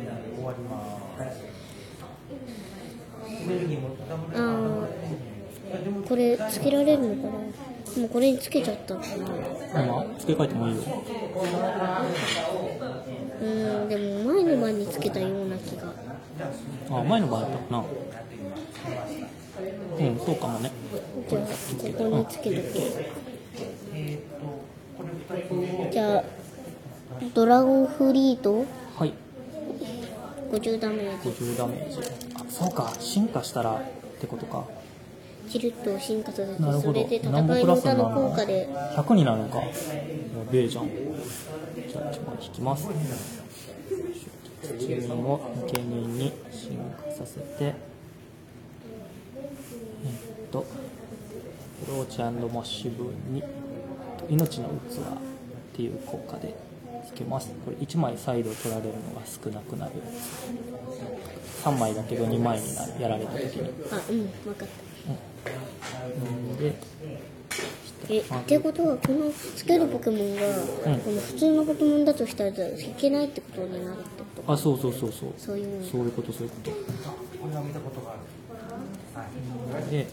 あーこれつけられるのかな。もうこれにつけちゃったかな。 まあ、付け替えてもいいよ。 うんでも前の番につけたような気が。 あ、前の場合だったかな。うん、そうかもね。 じゃあここにつけとけ。じゃあドラゴンフリートはい。 ごじゅうダメージ。 ごじゅうダメージ。あ、そうか、進化したらってことか。 チルッと進化させてなるほど。 それで戦何本いの歌プラスになるのの効果でひゃくになるのか。やべえじゃん。じゃあいちまい引きます。土人を生贄に進化させて、えっと、ブローチ&マッシュブに命の器っていう効果でつけます。これいちまいサイド取られるのが少なくなる。さんまいだけどにまいになる。やられた時に。 あうん分かった。 うんで、 えってことはこのつけるポケモンが、 うんこの普通のポケモンだとしたらいけないってことになるってこと。 あ、そうそうそうそう。 そういうのそういうこと、そういうこと。で、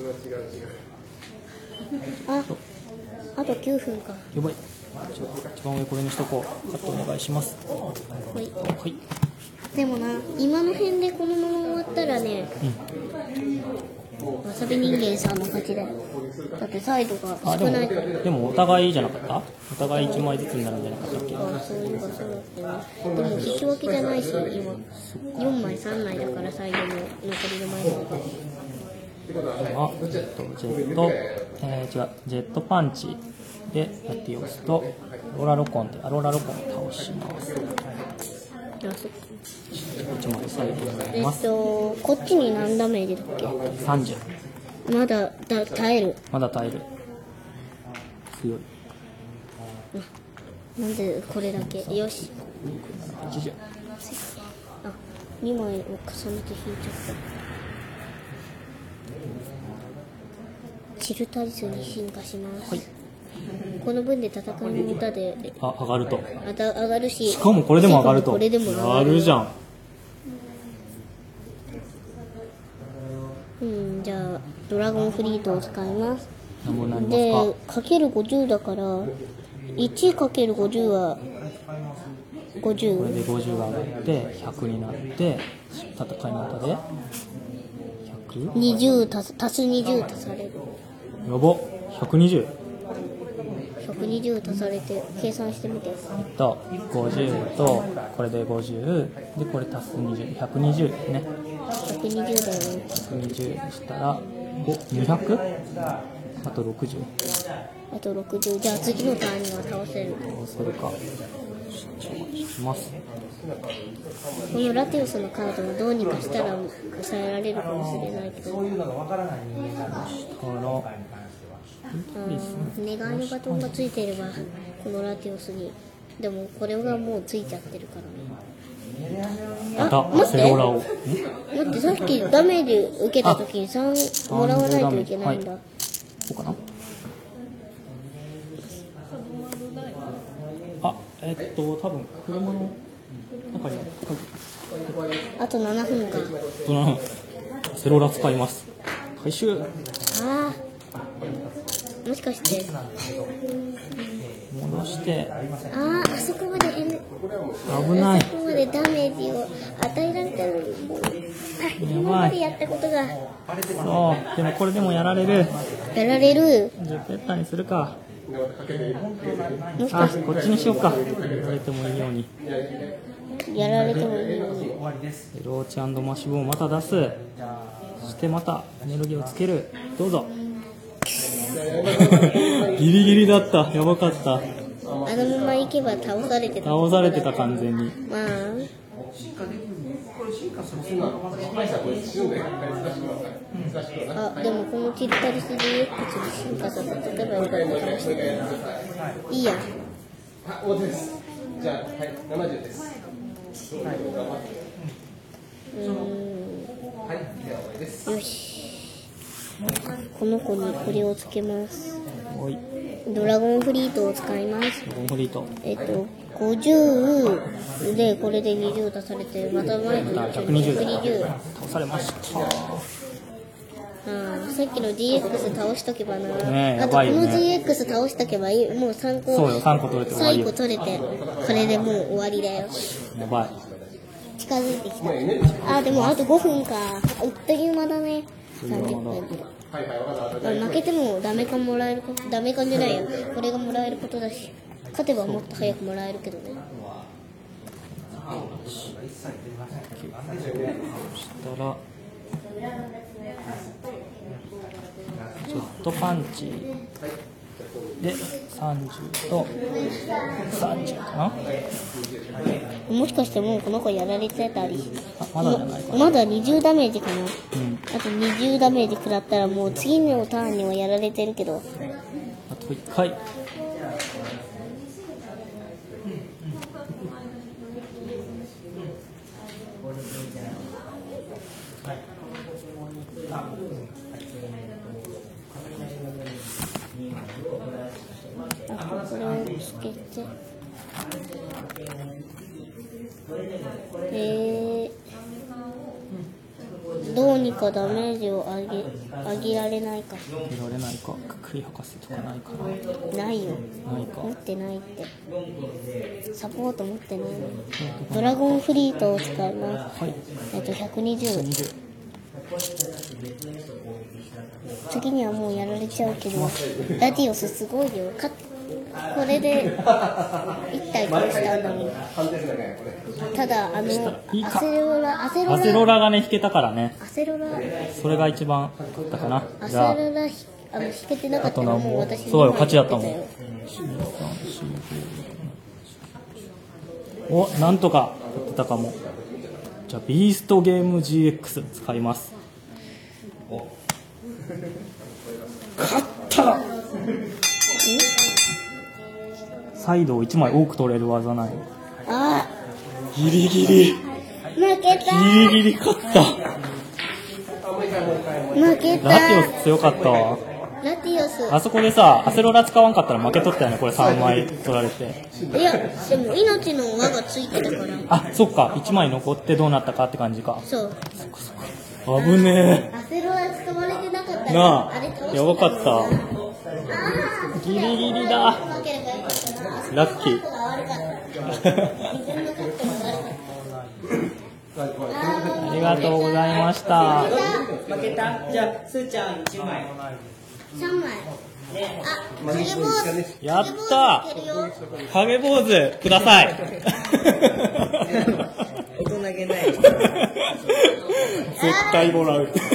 ああときゅうふんか。 やばい。じゃあ一番上これにしとこう。カットお願いします。 はいはい。 でもな今の辺でこのまま終わったらね、わさび人間さんの勝ちだよ。だってサイドがあ、でも、 少ないから。 でもお互いじゃなかった？お互いいちまいずつになるんじゃなかったっけ？ あそういうかそうだったよね。でも引き分けじゃないし今よんまいさんまいだからサイドの残りの枚数が。 あ、えっと、ジェット、えー、違う、ジェットパンチでラティオスとアローラロコンでアローラロコンを倒します。 あそっかいちまいサイドになりえっます。 とこっちに何ダメージだっけ。 さんじゅう。 まだだ耐える。 まだ耐える。強い。 なんでこれだけ。よしはちじゅう。 あにまいを重ねて引いちゃった。チルタリスに進化します、 はい。 この分で戦いの歌であ、上がると。 あた上がるししかもこれでも上がると。 これでも上がやるるじゃん。 うんじゃあドラゴンフリートを使います。 何本になりでますか？ かけるごじゅうだから いちかけるごじゅう はごじゅう。 これでごじゅうが上がってひゃくになって戦いの歌で ひゃく？ にじゅう足す足すにじゅう足される。 やば、ひゃくにじゅう。 ひゃくにじゅう足されて計算してみて。 えっとごじゅうとこれでごじゅうでこれ足すにじゅう、ひゃくにじゅうね。 ひゃくにじゅうだよね。 ひゃくにじゅうにしたらおにひゃく？あとろくじゅう。 あとろくじゅう。じゃあ次のターンには倒せる。 どうするか。じゃあ引きます。 このラティオスのカードをどうにかしたら抑えられるかもしれないけど、 そういうのがわからない人間がしたらうん願いのバトンがついてればこのラティオスに。でもこれがもうついちゃってるからね。 また待ってセロラをん待ってさっきダメージ受けた時にさんもらわないといけないんだ、 はいこうかなあ、えっと多分車の中にあとななふんか。 どなセロラ使います回収ああもしかして戻してあー、あそこまで N 危ない。 あそこまでダメージを与えられたのにもうあ今までやったことがそうでもこれでもやられる。 やられる。 じゃあペッタにするか。あもしかしこっちにしようか。やられてもいいように。 てやられてもいいのに。 ローチ&マッシュボーンまた出す。そしてまたエネルギーをつける。どうぞ。ギリギリだった。やばかった。 あのまま行けば倒されてた。 倒されてた完全に。 まああ、でもこのティルタリス ディーエックス に進化させておけばよかったかもしれない。いいや。 あ、終わりです。じゃあ、はい、ななじゅうです。 うーん。 はい、じゃあ終わりです。 よし。この子にこれをつけます。 おいドラゴンフリートを使います。 コンフリート。 えっと、ごじゅうで、これでにじゅう出されて、また前とまたひゃくにじゅうひゃくにじゅう。 倒されました。 あーさっきの ディーエックス 倒しとけばな、 ねえあとこのやばいよねディーエックス 倒しとけばいい。もうさんこそうよさんこ取れて終わりよさんこ取れてこれでもう終わりだよ。 やばい。 近づいてきた。あでもあとごふんか。あっという間だね。さんじゅっぷん。負けてもダメかもらえるこダメかじゃないよ。これがもらえることだし、勝てばもっと早くもらえるけどね。 そしたらジェットパンチでさんじゅうとさんじゅうかな。 もしかしてもうこの子やられてたり。 あまだじゃないかな。 まだにじゅうダメージかな。 うんあとにじゅうダメージ食らったらもう次のターンにはやられてるけど。 あといっかい。 あとこれをつけて。えー、どうにかダメージを上げ上げられないか。 見られないか。クリ博士とかないかな。 ないよ。 ないか。 持ってないって。サポート持ってないの。ドラゴンフリートを使います。 はい。 えっとひゃくにじゅう。 にじゅう。 次にはもうやられちゃうけど、ラディオスすごいよ。かこれでいったい倒したんだもん。ただあのいいかアセロラアセロラアセロラがね引けたからね。 アセロラそれが一番勝ったかな。 アセじゃあロラひあの引けてなかあったらとなもうもう私そうよ勝ちだったもん。 よおなんとか取ってたかも。じゃあビーストゲーム ジーエックス 使います。勝ったサイドをいちまい多く取れる技ない。 あギリギリ負けたギリギリ勝った。 負けたラティオス強かったわ。 ラティオスあそこでさアセロラ使わんかったら負け取ったよね。これさんまい取られて。 いやでも命の輪がついてたから。 あそっかいちまい残ってどうなったかって感じか。 そう危ねアセロラ使われてなかったえらなああれ倒してやばかった。 あギリギリだ。 負ければよかったな。 ラッキーが悪かった自分のカットが悪かったありがとうございました。 負けた。じゃあすーちゃんいちまい。 さんまい。あ、影坊主。 やったー影坊主ください。 大人げない。 絶対もらう。 じゃ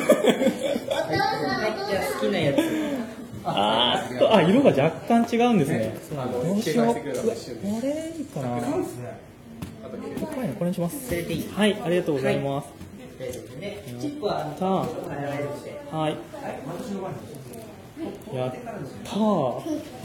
あ好きなやつ。 あーっとあ色が若干違うんですね。どうしよう。うわこれいいかな。高いのこれにします。 それでいい。 はいありがとうございます。 チップはやったー変えられるので。 はい。やったー。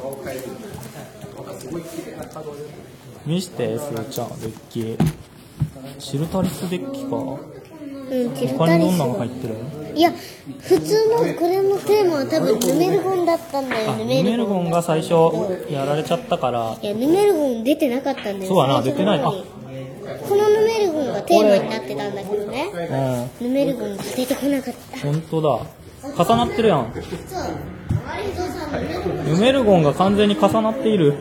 見してすーちゃんデッキ。シルタリスデッキか。 うん、チル他にどんなタリスの入ってる？ いや、普通のこれのテーマは多分ヌメルゴンだったんだよ。 あヌヌメメルゴルゴンンが最初やられちゃったから。 いや、ヌメルゴン出てなかったんだよ。 そうだな最初の方にこのヌメルゴンがテーマになってたんだけどね。 うんヌメルゴンが出てこなかった。 本当だ重なってるやん。 そう。 ヌメルゴンが完全に重なっている。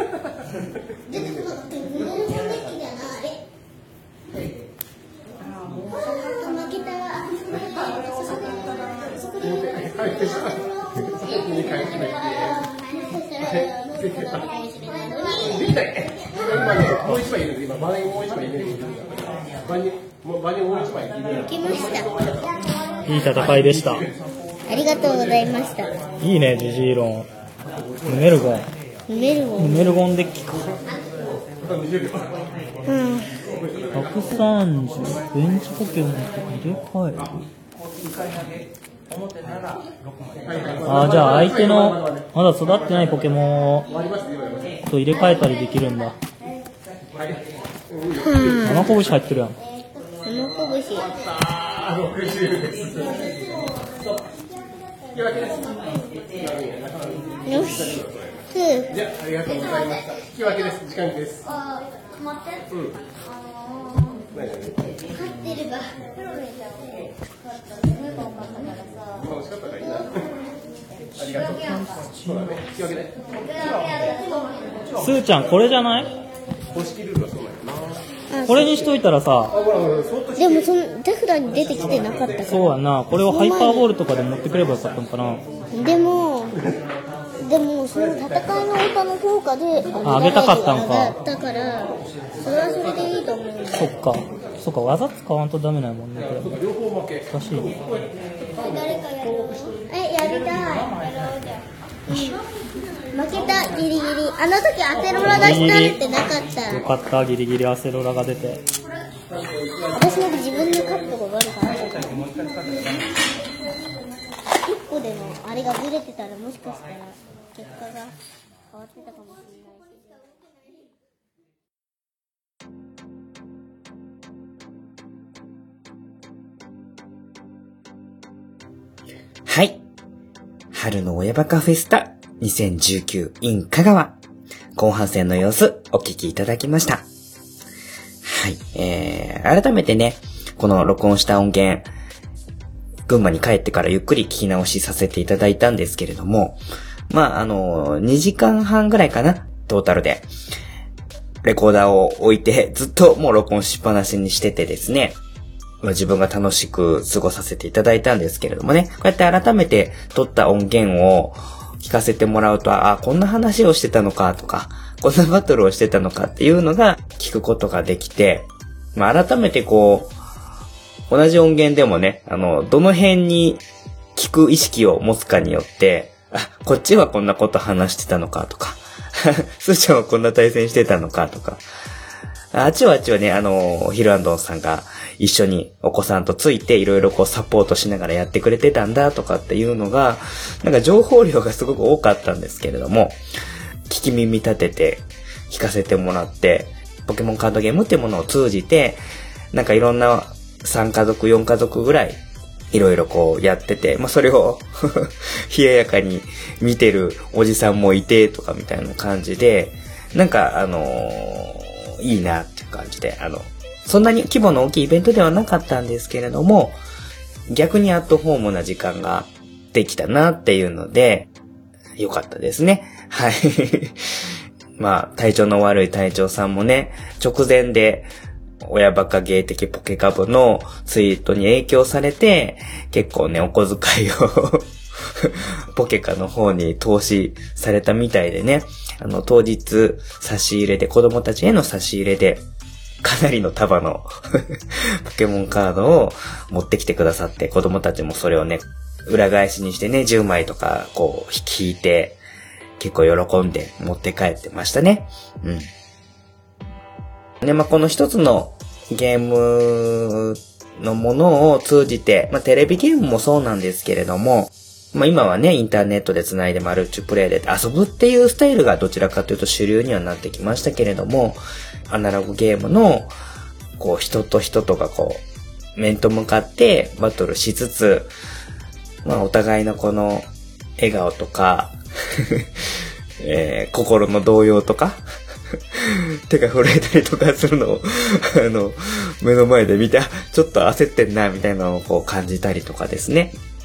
もう一枚入れる。今場にもう一枚入れる。場にもう場にもう一枚入れる。 できました。 いい戦いでした。 ありがとうございました。 いいね、ジジイロン。ヌメルゴン。 ヌメルゴン。 ヌメルゴンデッキか。 うん。 ひゃくさんじゅう、ベンチポケモンとか入れ替える。あー、じゃあ相手のまだ育ってないポケモンをと入れ替えたりできるんだ。生拳入ってるやん。 生拳。よし。 じゃあ、ありがとうございました。引き分けです。時間です。 あー、待って。うん。勝ってれば。 楽しかったからいいな。ありがとう。そうだね。引き分けね。 スーちゃん、これじゃない？ 公式ルールはそうなんやな。 これにしといたらさ、 でもその手札に出てきてなかったから。 そうやな、これをハイパーボールとかで持ってくればよかったのかな。 でもでもその戦いの歌の評価であげたかったんか。 だからそれはそれでいいと思う。 そっか、そっか、技使わんとダメなんやもんね、これ。 両方負け。 難しいね。 誰かやる？え、やりたい。負けた、ギリギリ。あの時アセロラ出したってなかった。 よかった、ギリギリアセロラが出て。 私なんか自分のカットが悪かった。一個でもあれがずれてたらもしかしたら結果が変わってたかもしれないし。はい。春の親バカフェスタにせんじゅうきゅう in 香川。後半戦の様子お聞きいただきました。はい。えー、改めてね、この録音した音源、群馬に帰ってからゆっくり聞き直しさせていただいたんですけれども、まあ、あの、にじかんはんぐらいかな、トータルで。レコーダーを置いてずっともう録音しっぱなしにしててですね、自分が楽しく過ごさせていただいたんですけれどもね、こうやって改めて撮った音源を聞かせてもらうと、あ、こんな話をしてたのかとか、こんなバトルをしてたのかっていうのが聞くことができて、まあ改めてこう、同じ音源でもね、あの、どの辺に聞く意識を持つかによって、あ、こっちはこんなこと話してたのかとか、スーちゃんはこんな対戦してたのかとか、あっちはあっちはね、あの、ヒルアンドンさんが一緒にお子さんとついていろいろこうサポートしながらやってくれてたんだとかっていうのが、なんか情報量がすごく多かったんですけれども、聞き耳立てて聞かせてもらって、ポケモンカードゲームっていうものを通じて、なんかいろんなさんかぞく、よんかぞくぐらいいろいろこうやってて、まあそれを冷ややかに見てるおじさんもいてとかみたいな感じで、なんかあのー、いいなっていう感じで、あの、そんなに規模の大きいイベントではなかったんですけれども、逆にアットホームな時間ができたなっていうので、よかったですね。はい。まあ、体調の悪い隊長さんもね、直前で、親バカ芸的ポケカブのツイートに影響されて、結構ね、お小遣いをポケカの方に投資されたみたいでね、あの、当日差し入れで、子供たちへの差し入れで、かなりの束のポケモンカードを持ってきてくださって、子供たちもそれをね、裏返しにしてね、じゅうまいとか、こう、引いて、結構喜んで持って帰ってましたね。うん。で、まあ、この一つのゲームのものを通じて、まあ、テレビゲームもそうなんですけれども、まあ、今はね、インターネットで繋いでマルチプレイで遊ぶっていうスタイルがどちらかというと主流にはなってきましたけれども、アナログゲームの、こう、人と人とがこう、面と向かってバトルしつつ、まあ、お互いのこの、笑顔とか、えー、心の動揺とか、手が震えたりとかするのを、あの、目の前で見て、ちょっと焦ってんな、みたいなのをこう感じたりとかですね。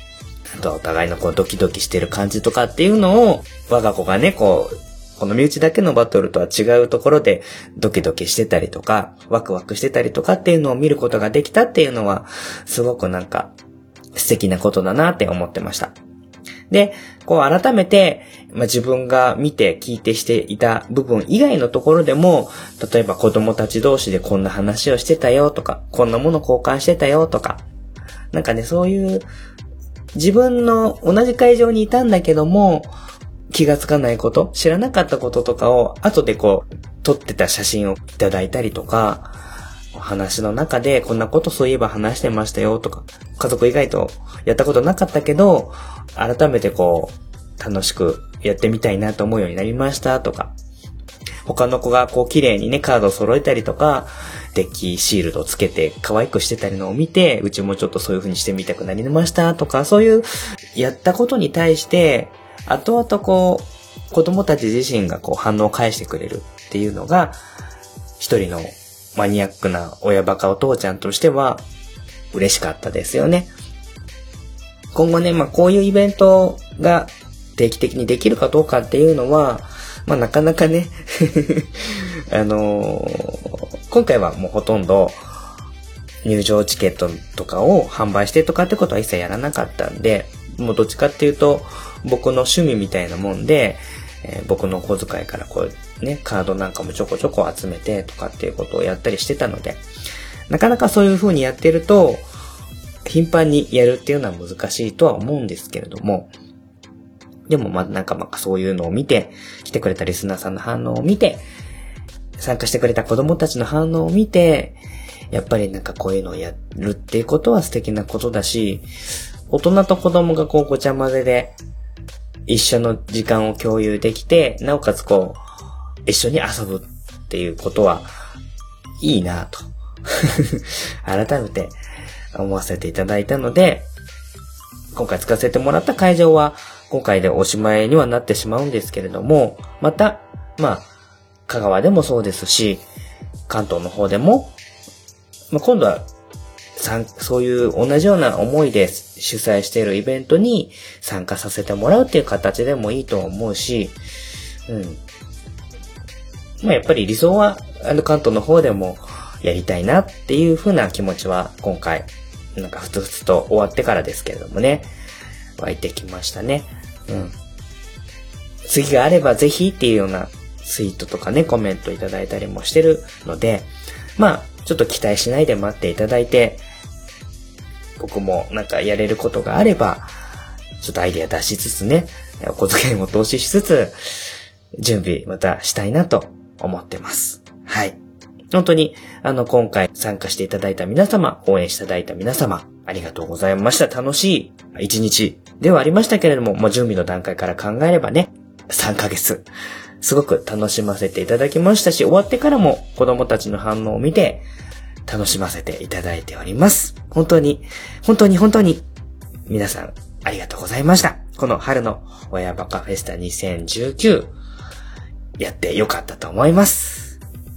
あとはお互いのこうドキドキしてる感じとかっていうのを、我が子がね、こう、この身内だけのバトルとは違うところでドキドキしてたりとか、ワクワクしてたりとかっていうのを見ることができたっていうのは、すごくなんか素敵なことだなって思ってました。で、こう改めて、まあ、自分が見て聞いてしていた部分以外のところでも、例えば子供たち同士でこんな話をしてたよとか、こんなもの交換してたよとか、なんかね、そういう自分の同じ会場にいたんだけども、気がつかないこと、知らなかったこととかを後でこう撮ってた写真をいただいたりとか、話の中でこんなことそういえば話してましたよとか、家族以外とやったことなかったけど、改めてこう楽しくやってみたいなと思うようになりましたとか、他の子がこう綺麗にねカードを揃えたりとか、デッキシールドをつけて可愛くしてたりのを見て、うちもちょっとそういう風にしてみたくなりましたとか、そういうやったことに対して後々こう子供たち自身がこう反応を返してくれるっていうのが、一人のマニアックな親バカお父ちゃんとしては嬉しかったですよね。今後ね、まあこういうイベントが定期的にできるかどうかっていうのは、まあなかなかねあのー、今回はもうほとんど入場チケットとかを販売してとかってことは一切やらなかったんで、もうどっちかっていうと僕の趣味みたいなもんで、えー、僕の小遣いからこうね、カードなんかもちょこちょこ集めてとかっていうことをやったりしてたので、なかなかそういう風にやってると頻繁にやるっていうのは難しいとは思うんですけれども、でもまあなんかまあそういうのを見て、来てくれたリスナーさんの反応を見て、参加してくれた子供たちの反応を見て、やっぱりなんかこういうのをやるっていうことは素敵なことだし、大人と子供がこうごちゃ混ぜで一緒の時間を共有できて、なおかつこう一緒に遊ぶっていうことはいいなぁと改めて思わせていただいたので、今回使わせてもらった会場は今回でおしまいにはなってしまうんですけれども、またまあ香川でもそうですし、関東の方でも、まあ、今度はそういう同じような思いで主催しているイベントに参加させてもらうっていう形でもいいと思うし、うん。まあやっぱり理想はあの関東の方でもやりたいなっていう風な気持ちは今回なんかふつふつと終わってからですけれどもね、湧いてきましたね。うん。次があればぜひっていうようなツイートとかね、コメントいただいたりもしてるので、まあちょっと期待しないで待っていただいて、僕もなんかやれることがあれば、ちょっとアイデア出しつつね、お小遣いも投資しつつ、準備またしたいなと思ってます。はい。本当に、あの、今回参加していただいた皆様、応援していただいた皆様、ありがとうございました。楽しい一日ではありましたけれども、まあ、準備の段階から考えればね、さんかげつ、すごく楽しませていただきましたし、終わってからも子供たちの反応を見て、楽しませていただいております。本当に、本当に本当に、皆さん、ありがとうございました。この春の親バカフェスタにせんじゅうきゅう、やってよかったと思います。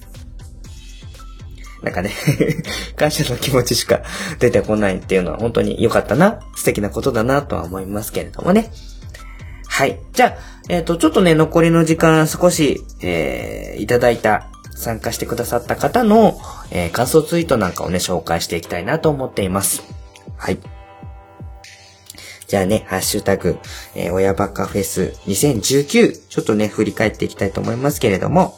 なんかね、感謝の気持ちしか出てこないっていうのは本当に良かったな、素敵なことだなとは思いますけれどもね。はい。じゃあ、えっと、ちょっとね、残りの時間少し、えー、いただいた、参加してくださった方の、えー、感想ツイートなんかをね、紹介していきたいなと思っています。はい。じゃあね、ハッシュタグ、えー、親バカフェスにせんじゅうきゅう、ちょっとね、振り返っていきたいと思いますけれども、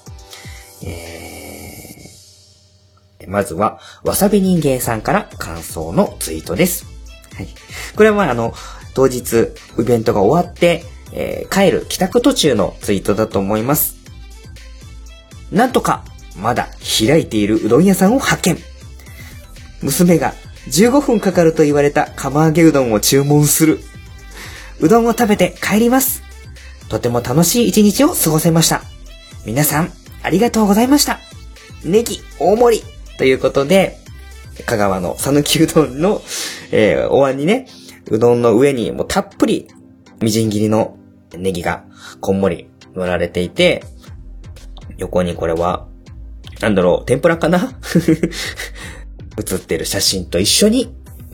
えー、まずは、わさび人間さんから感想のツイートです。はい。これはあの、当日、イベントが終わって、えー、帰る帰宅途中のツイートだと思います。なんとか、まだ開いているうどん屋さんを発見。娘がじゅうごふんかかると言われた釜揚げうどんを注文する。うどんを食べて帰ります。とても楽しい一日を過ごせました。皆さん、ありがとうございました。ネギ大盛りということで、香川のさぬきうどんの、えー、お椀にね、うどんの上にもうたっぷりみじん切りのネギがこんもり乗られていて、横にこれは、なんだろう、天ぷらかな写ってる写真と一緒に、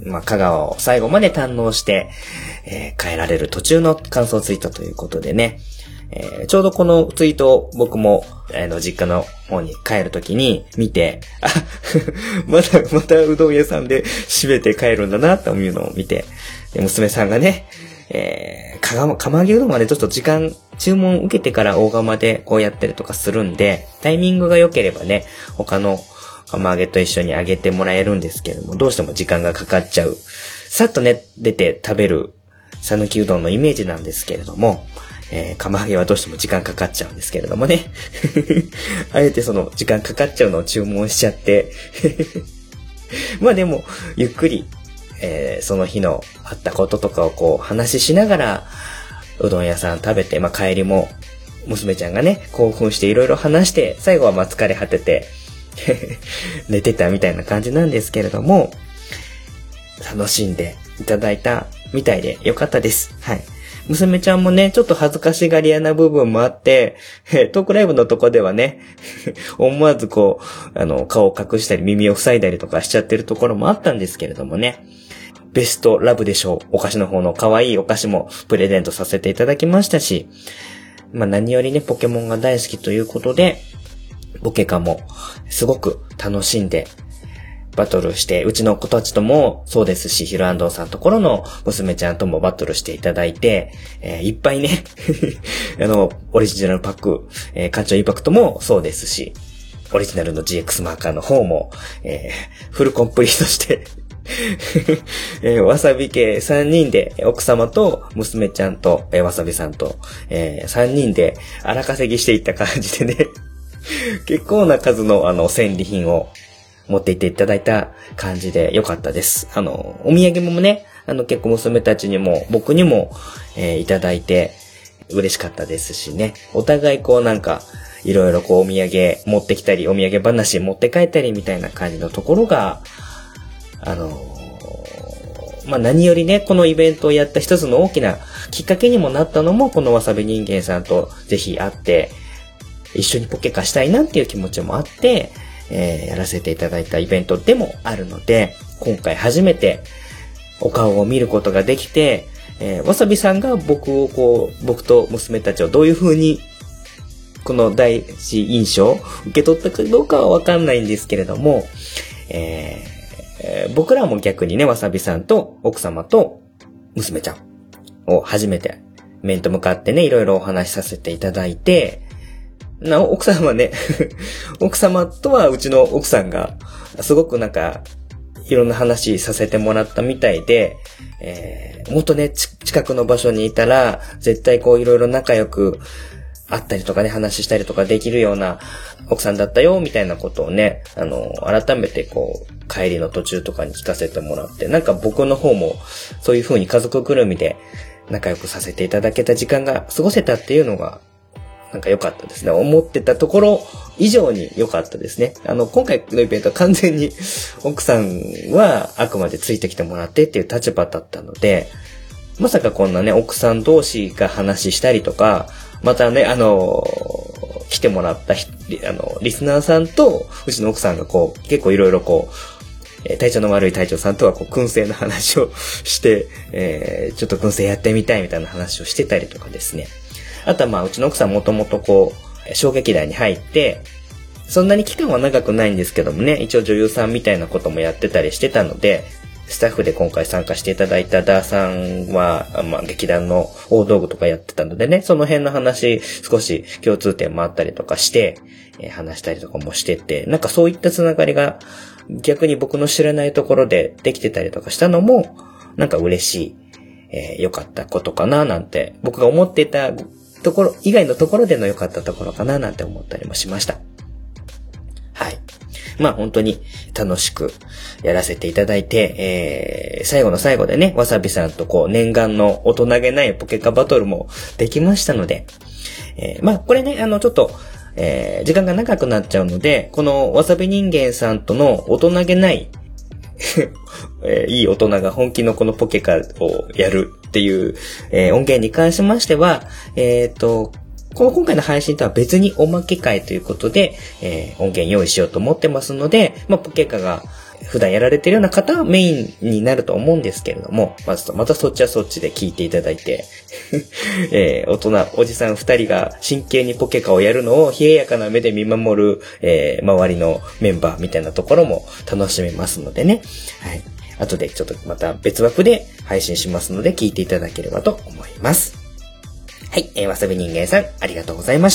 まあ、香川を最後まで堪能して、えー、帰られる途中の感想ツイートということでね、えー、ちょうどこのツイートを僕も、あの、実家の方に帰るときに見て、あ、また、またうどん屋さんで閉めて帰るんだな、というのを見て、で娘さんがね、えー、かがま、釜揚げうどんまでちょっと時間、注文受けてから大釜でこうやったりとかするんで、タイミングが良ければね、他の釜揚げと一緒に揚げてもらえるんですけれども、どうしても時間がかかっちゃう。さっとね、出て食べる讃岐うどんのイメージなんですけれども、えー、釜揚げはどうしても時間かかっちゃうんですけれどもね。あえてその時間かかっちゃうのを注文しちゃって。まあでも、ゆっくり、えー、その日のあったこととかをこう話ししながら、うどん屋さん食べて、まあ帰りも、娘ちゃんがね、興奮していろいろ話して、最後はまあ疲れ果てて、寝てたみたいな感じなんですけれども、楽しんでいただいたみたいでよかったです。はい。娘ちゃんもね、ちょっと恥ずかしがり屋な部分もあって、トークライブのとこではね、思わずこう、あの、顔を隠したり耳を塞いだりとかしちゃってるところもあったんですけれどもね、ベストラブでしょう。お菓子の方の可愛いお菓子もプレゼントさせていただきましたし、まあ何よりね、ポケモンが大好きということで、ポケカもすごく楽しんで、バトルして、うちの子たちともそうですし、ヒルアンドンさんのところの娘ちゃんともバトルしていただいて、えー、いっぱいね、あの、オリジナルパック、えー、館長インパクトもそうですし、オリジナルの ジーエックス マーカーの方も、えー、フルコンプリートして、えー、わさび家さんにんで、奥様と娘ちゃんと、えー、わさびさんと、えー、さんにんで荒稼ぎしていった感じでね、結構な数のあの、戦利品を、持っていっていただいた感じで良かったです。あの、お土産もね、あの結構娘たちにも僕にも、えー、いただいて嬉しかったですしね。お互いこうなんかいろいろこうお土産持ってきたり、お土産話持って帰ったりみたいな感じのところが、あのー、まあ、何よりね、このイベントをやった一つの大きなきっかけにもなったのも、このわさび人間さんとぜひ会って一緒にポケカしたいなっていう気持ちもあって、えー、やらせていただいたイベントでもあるので、今回初めてお顔を見ることができて、えー、わさびさんが僕をこう、僕と娘たちをどういう風に、この第一印象を受け取ったかどうかはわかんないんですけれども、えー、僕らも逆にね、わさびさんと奥様と娘ちゃんを初めて面と向かってね、いろいろお話しさせていただいて、なお、奥さんはね、奥様とはうちの奥さんが、すごくなんか、いろんな話させてもらったみたいで、えー、もっとね、近くの場所にいたら、絶対こういろいろ仲良く会ったりとかね、話したりとかできるような奥さんだったよ、みたいなことをね、あの、改めてこう、帰りの途中とかに聞かせてもらって、なんか僕の方も、そういう風に家族ぐるみで仲良くさせていただけた時間が過ごせたっていうのが、なんか良かったですね。思ってたところ以上に良かったですね。あの、今回のイベントは完全に奥さんはあくまでついてきてもらってっていう立場だったので、まさかこんなね、奥さん同士が話したりとか、またね、あの、来てもらったあの、リスナーさんと、うちの奥さんがこう、結構いろいろこう、体調の悪い隊長さんとはこう、燻製の話をして、えー、ちょっと燻製やってみたいみたいな話をしてたりとかですね。あとはまあ、うちの奥さんもともとこう、小劇団に入って、そんなに期間は長くないんですけどもね、一応女優さんみたいなこともやってたりしてたので、スタッフで今回参加していただいたダーさんは、まあ、劇団の大道具とかやってたのでね、その辺の話、少し共通点もあったりとかして、えー、話したりとかもしてて、なんかそういったつながりが、逆に僕の知らないところでできてたりとかしたのも、なんか嬉しい、えー、良かったことかななんて、僕が思っていたところ以外のところでの良かったところかななんて思ったりもしました。はい。まあ本当に楽しくやらせていただいて、えー、最後の最後でね、わさびさんとこう念願の大人げないポケカバトルもできましたので、えー、まあこれね、あのちょっと、えー、時間が長くなっちゃうので、このわさび人間さんとの大人げないえー、いい大人が本気のこのポケカをやるっていう、えー、音源に関しましては、えっと、この今回の配信とは別におまけ会ということで、えー、音源用意しようと思ってますので、まあ、ポケカが普段やられてるような方はメインになると思うんですけれども、まず、またそっちはそっちで聞いていただいて、えー、大人、おじさん二人が真剣にポケカをやるのを冷ややかな目で見守る、えー、周りのメンバーみたいなところも楽しめますのでね。はい。後でちょっとまた別枠で配信しますので聞いていただければと思います。はい、えー、わさび人間さん、ありがとうございました。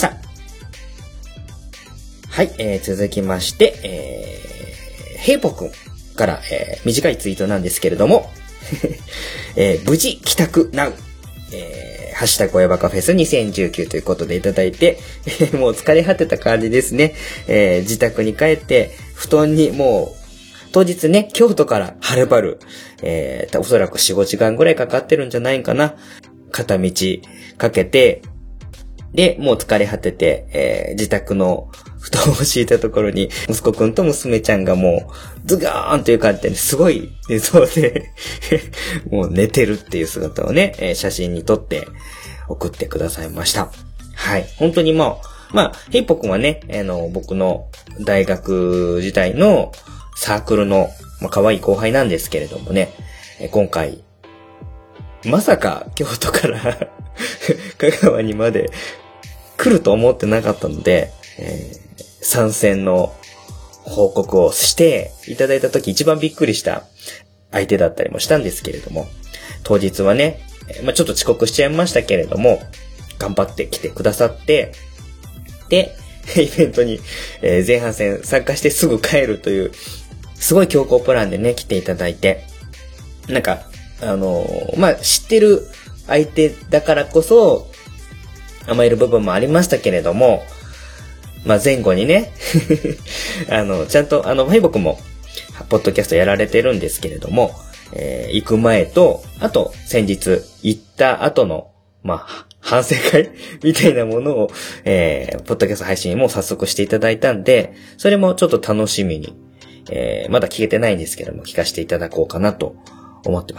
はい、えー、続きまして、えー、ヘイポくんから、えー、短いツイートなんですけれども、えー、無事帰宅なう、えー、ハッシュタグ親バカフェスにせんじゅうきゅうということでいただいて、もう疲れ果てた感じですね。えー、自宅に帰って、布団にもう、当日ね、京都からはるばる、えー、おそらくよん、ごじかんぐらいかかってるんじゃないかな。片道かけて、で、もう疲れ果てて、えー、自宅の布団を敷いたところに、息子くんと娘ちゃんがもう、ズガーンという感じですごい寝そうで、もう寝てるっていう姿をね、えー、写真に撮って送ってくださいました。はい。本当にまあ、まあ、ヘイポくんはね、あの、僕の大学時代のサークルの、まあ、可愛い後輩なんですけれどもね、えー、今回、まさか京都から香川にまで来ると思ってなかったので、えー、参戦の報告をしていただいたとき一番びっくりした相手だったりもしたんですけれども、当日はね、まあ、ちょっと遅刻しちゃいましたけれども、頑張って来てくださって、で、イベントに、えー、前半戦参加してすぐ帰るという、すごい強行プランでね、来ていただいて、なんか、あのー、まあ、知ってる相手だからこそ、甘える部分もありましたけれども、まあ、前後にね、あの、ちゃんと、あの、ヘイボくんも、ポッドキャストやられてるんですけれども、えー、行く前と、あと、先日、行った後の、まあ、反省会みたいなものを、えー、ポッドキャスト配信も早速していただいたんで、それもちょっと楽しみに、えー、まだ聞けてないんですけども、聞かせていただこうかなと思ってます。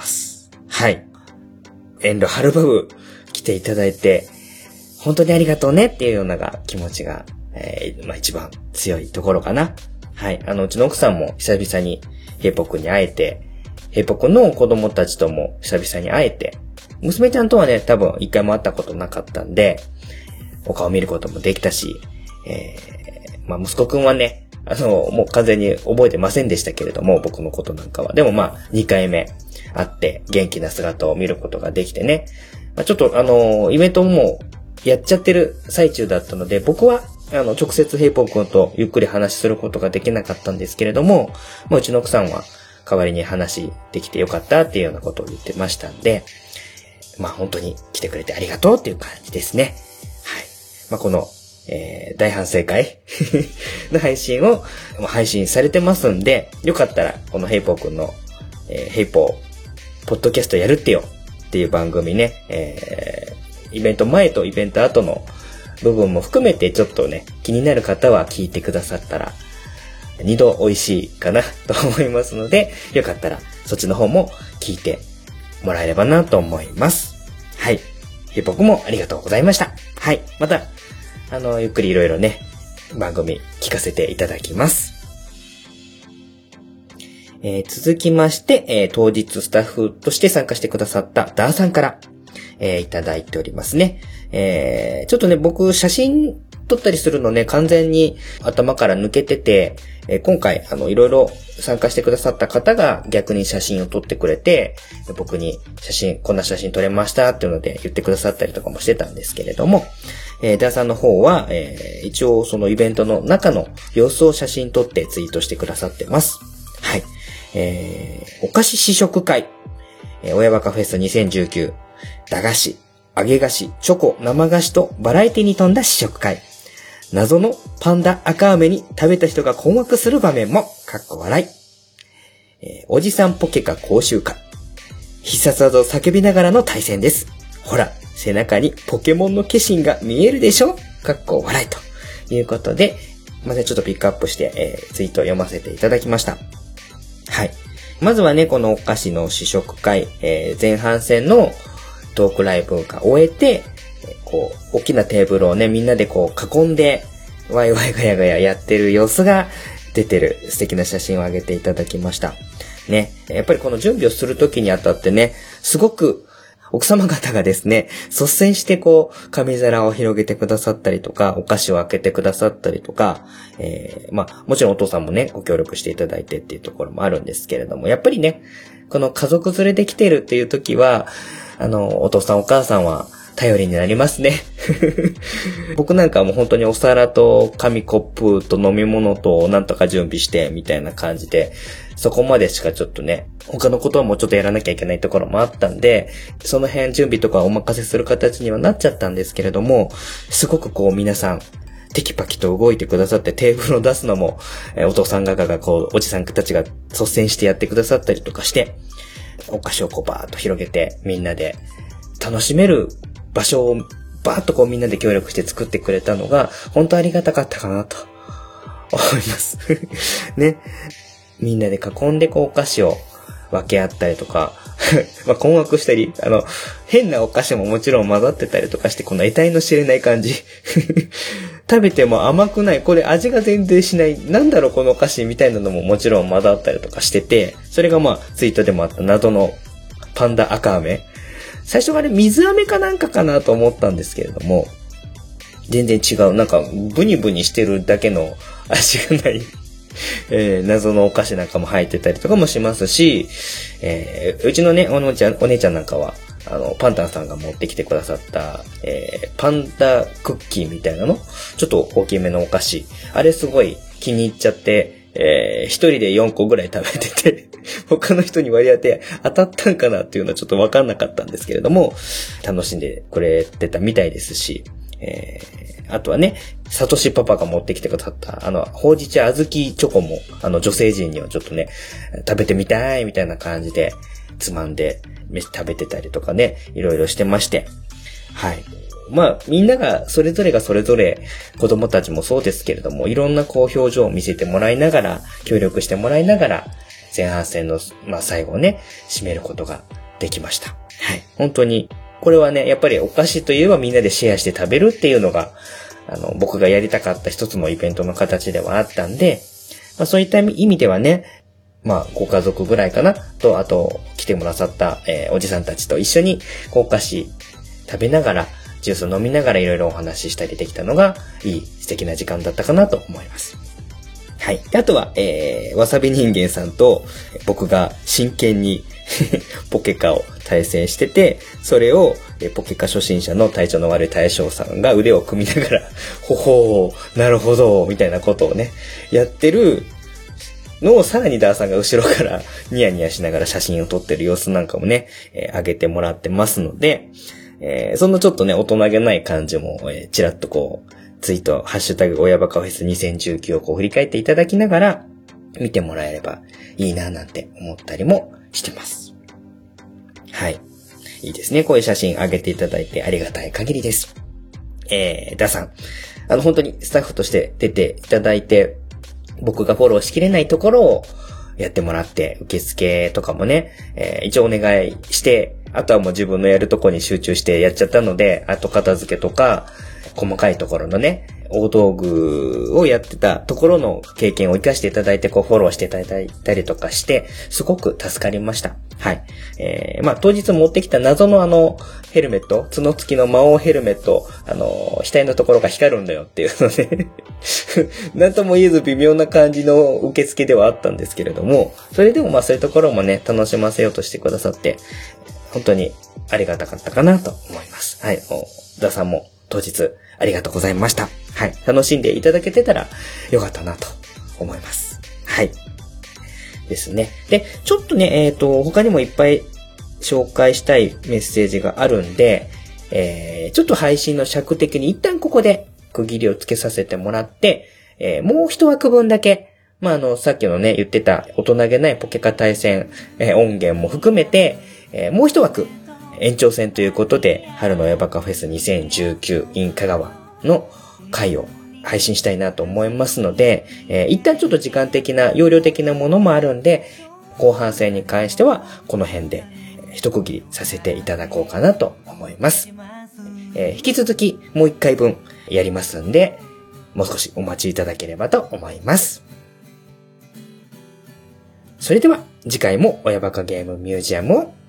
はい。遠慮はるばる来ていただいて、本当にありがとうねっていうようなが気持ちが、えー、まあ一番強いところかな。はい。あの、うちの奥さんも久々にヘイポくんに会えて、ヘイポくんの子供たちとも久々に会えて、娘ちゃんとはね、多分一回も会ったことなかったんで、お顔見ることもできたし、えー、まあ息子くんはね、あの、もう完全に覚えてませんでしたけれども、僕のことなんかは。でもまあ、にかいめ会って元気な姿を見ることができてね。まあ、ちょっとあの、イベントもやっちゃってる最中だったので、僕はあの、直接ヘイポー君とゆっくり話することができなかったんですけれども、まあ、うちの奥さんは代わりに話できてよかったっていうようなことを言ってましたんで、まあ本当に来てくれてありがとうっていう感じですね。はい。まあこの、えー、大反省会の配信を配信されてますんで、よかったらこのヘイポーくんの、えー、ヘイポーポッドキャストやるってよっていう番組ね、えー、イベント前とイベント後の部分も含めてちょっとね、気になる方は聞いてくださったら二度美味しいかなと思いますので、よかったらそっちの方も聞いてもらえればなと思います。はい。ヘイポーくんもありがとうございました。はい。また、あの、ゆっくりいろいろね、番組聞かせていただきます。えー、続きまして、えー、当日スタッフとして参加してくださったダーさんから、えー、いただいておりますね。えー、ちょっとね、僕写真撮ったりするのね、完全に頭から抜けてて、えー、今回、あの、いろいろ参加してくださった方が逆に写真を撮ってくれて、僕に写真、こんな写真撮れましたっていうので言ってくださったりとかもしてたんですけれども、えー、ダーさんの方は、えー、一応そのイベントの中の様子を写真撮ってツイートしてくださってます。はい。えー、お菓子試食会、えー、親バカフェスにせんじゅうきゅう、駄菓子、揚げ菓子、チョコ、生菓子とバラエティに富んだ試食会。謎のパンダ赤飴に食べた人が困惑する場面も、かっこ笑い。えー、おじさんポケカ講習会。必殺技を叫びながらの対戦です。ほら、背中にポケモンの化身が見えるでしょ？かっこ笑いということで、まずちょっとピックアップして、えー、ツイートを読ませていただきました。はい。まずはね、このお菓子の試食会、えー、前半戦のトークライブが終えて、こう、大きなテーブルをね、みんなでこう囲んで、ワイワイガヤガヤやってる様子が出てる素敵な写真を上げていただきました。ね。やっぱりこの準備をするときにあたってね、すごく奥様方がですね、率先してこう、紙皿を広げてくださったりとか、お菓子を開けてくださったりとか、えー、まあ、もちろんお父さんもね、ご協力していただいてっていうところもあるんですけれども、やっぱりね、この家族連れで来てるっていう時は、あの、お父さんお母さんは頼りになりますね。僕なんかはもう本当にお皿と紙コップと飲み物となんとか準備してみたいな感じで、そこまでしかちょっとね、他のことはもうちょっとやらなきゃいけないところもあったんで、その辺準備とかお任せする形にはなっちゃったんですけれども、すごくこう皆さん、テキパキと動いてくださってテーブルを出すのも、えー、お父さん側がこう、おじさんたちが率先してやってくださったりとかして、お菓子をこうバーッと広げてみんなで楽しめる場所をバーッとこうみんなで協力して作ってくれたのが本当ありがたかったかなと思います。ね。みんなで囲んでこうお菓子を分け合ったりとか、まあ困惑したり、あの、変なお菓子ももちろん混ざってたりとかして、この得体の知れない感じ。食べても甘くない、これ味が全然しない、なんだろうこのお菓子みたいなのももちろん混ざったりとかしてて、それがまあツイートでもあった謎のパンダ赤飴。最初はあれ水飴かなんかかなと思ったんですけれども、全然違う、なんかブニブニしてるだけの味がない。えー、謎のお菓子なんかも入ってたりとかもしますし、えー、うちのね、お姉ちゃん、お姉ちゃんなんかは、あの、パンタンさんが持ってきてくださった、えー、パンダクッキーみたいなのちょっと大きめのお菓子。あれすごい気に入っちゃって、えー、一人でよんこぐらい食べてて、他の人に割り当て当たったんかなっていうのはちょっとわかんなかったんですけれども、楽しんでくれてたみたいですし、えー、あとはね、サトシパパが持ってきてくださった、あの、ほうじ茶小豆チョコも、あの、女性陣にはちょっとね、食べてみたいみたいな感じで、つまんで、食べてたりとかね、いろいろしてまして。はい。まあ、みんなが、それぞれがそれぞれ、子供たちもそうですけれども、いろんなこう表情を見せてもらいながら、協力してもらいながら、前半戦の、まあ最後をね、締めることができました。はい。本当に、これはね、やっぱりお菓子といえばみんなでシェアして食べるっていうのが、あの、僕がやりたかった一つのイベントの形ではあったんで、まあそういった意味ではね、まあご家族ぐらいかなと、あと来てもらさった、えー、おじさんたちと一緒にお菓子食べながら、ジュース飲みながらいろいろお話ししたりできたのが、いい素敵な時間だったかなと思います。はい。であとは、えー、わさび人間さんと僕が真剣にポケカを対戦してて、それをポケカ初心者の体調の悪い大将さんが腕を組みながら、ほほー、なるほど、みたいなことをね、やってるのをさらにダーさんが後ろからニヤニヤしながら写真を撮ってる様子なんかもね、えー、上げてもらってますので、えー、そんなちょっとね、大人げない感じも、えー、ちらっとこう、ツイート、ハッシュタグ、親バカフェスにせんじゅうきゅうをこう振り返っていただきながら、見てもらえればいいななんて思ったりもしてます。はい。いいですね。こういう写真上げていただいてありがたい限りです。えー、ダーさん。あの、本当にスタッフとして出ていただいて、僕がフォローしきれないところをやってもらって、受付とかもね、えー、一応お願いして、あとはもう自分のやるところに集中してやっちゃったので、後片付けとか、細かいところのね、大道具をやってたところの経験を生かしていただいて、こうフォローしていただいたりとかして、すごく助かりました。はい。えー、まあ、当日持ってきた謎のあの、ヘルメット、角付きの魔王ヘルメット、あの、額のところが光るんだよっていうので、なんとも言えず微妙な感じの受付ではあったんですけれども、それでもまあそういうところもね、楽しませようとしてくださって、本当にありがたかったかなと思います。はい。ダさんも当日ありがとうございました。はい。楽しんでいただけてたらよかったなと思います。はい。ですね。で、ちょっとね、えっと、他にもいっぱい紹介したいメッセージがあるんで、えー、ちょっと配信の尺的に一旦ここで区切りをつけさせてもらって、えー、もう一枠分だけ、まあ、あの、さっきのね、言ってた大人げないポケカ対戦、えー、音源も含めて、えー、もう一枠、延長戦ということで、春の親バカフェスにせんじゅうきゅう in 香川の回を配信したいなと思いますので、えー、一旦ちょっと時間的な、容量的なものもあるんで、後半戦に関しては、この辺で一区切りさせていただこうかなと思います。えー、引き続きもう一回分やりますんで、もう少しお待ちいただければと思います。 それでは次回も親バカゲームミュージアムを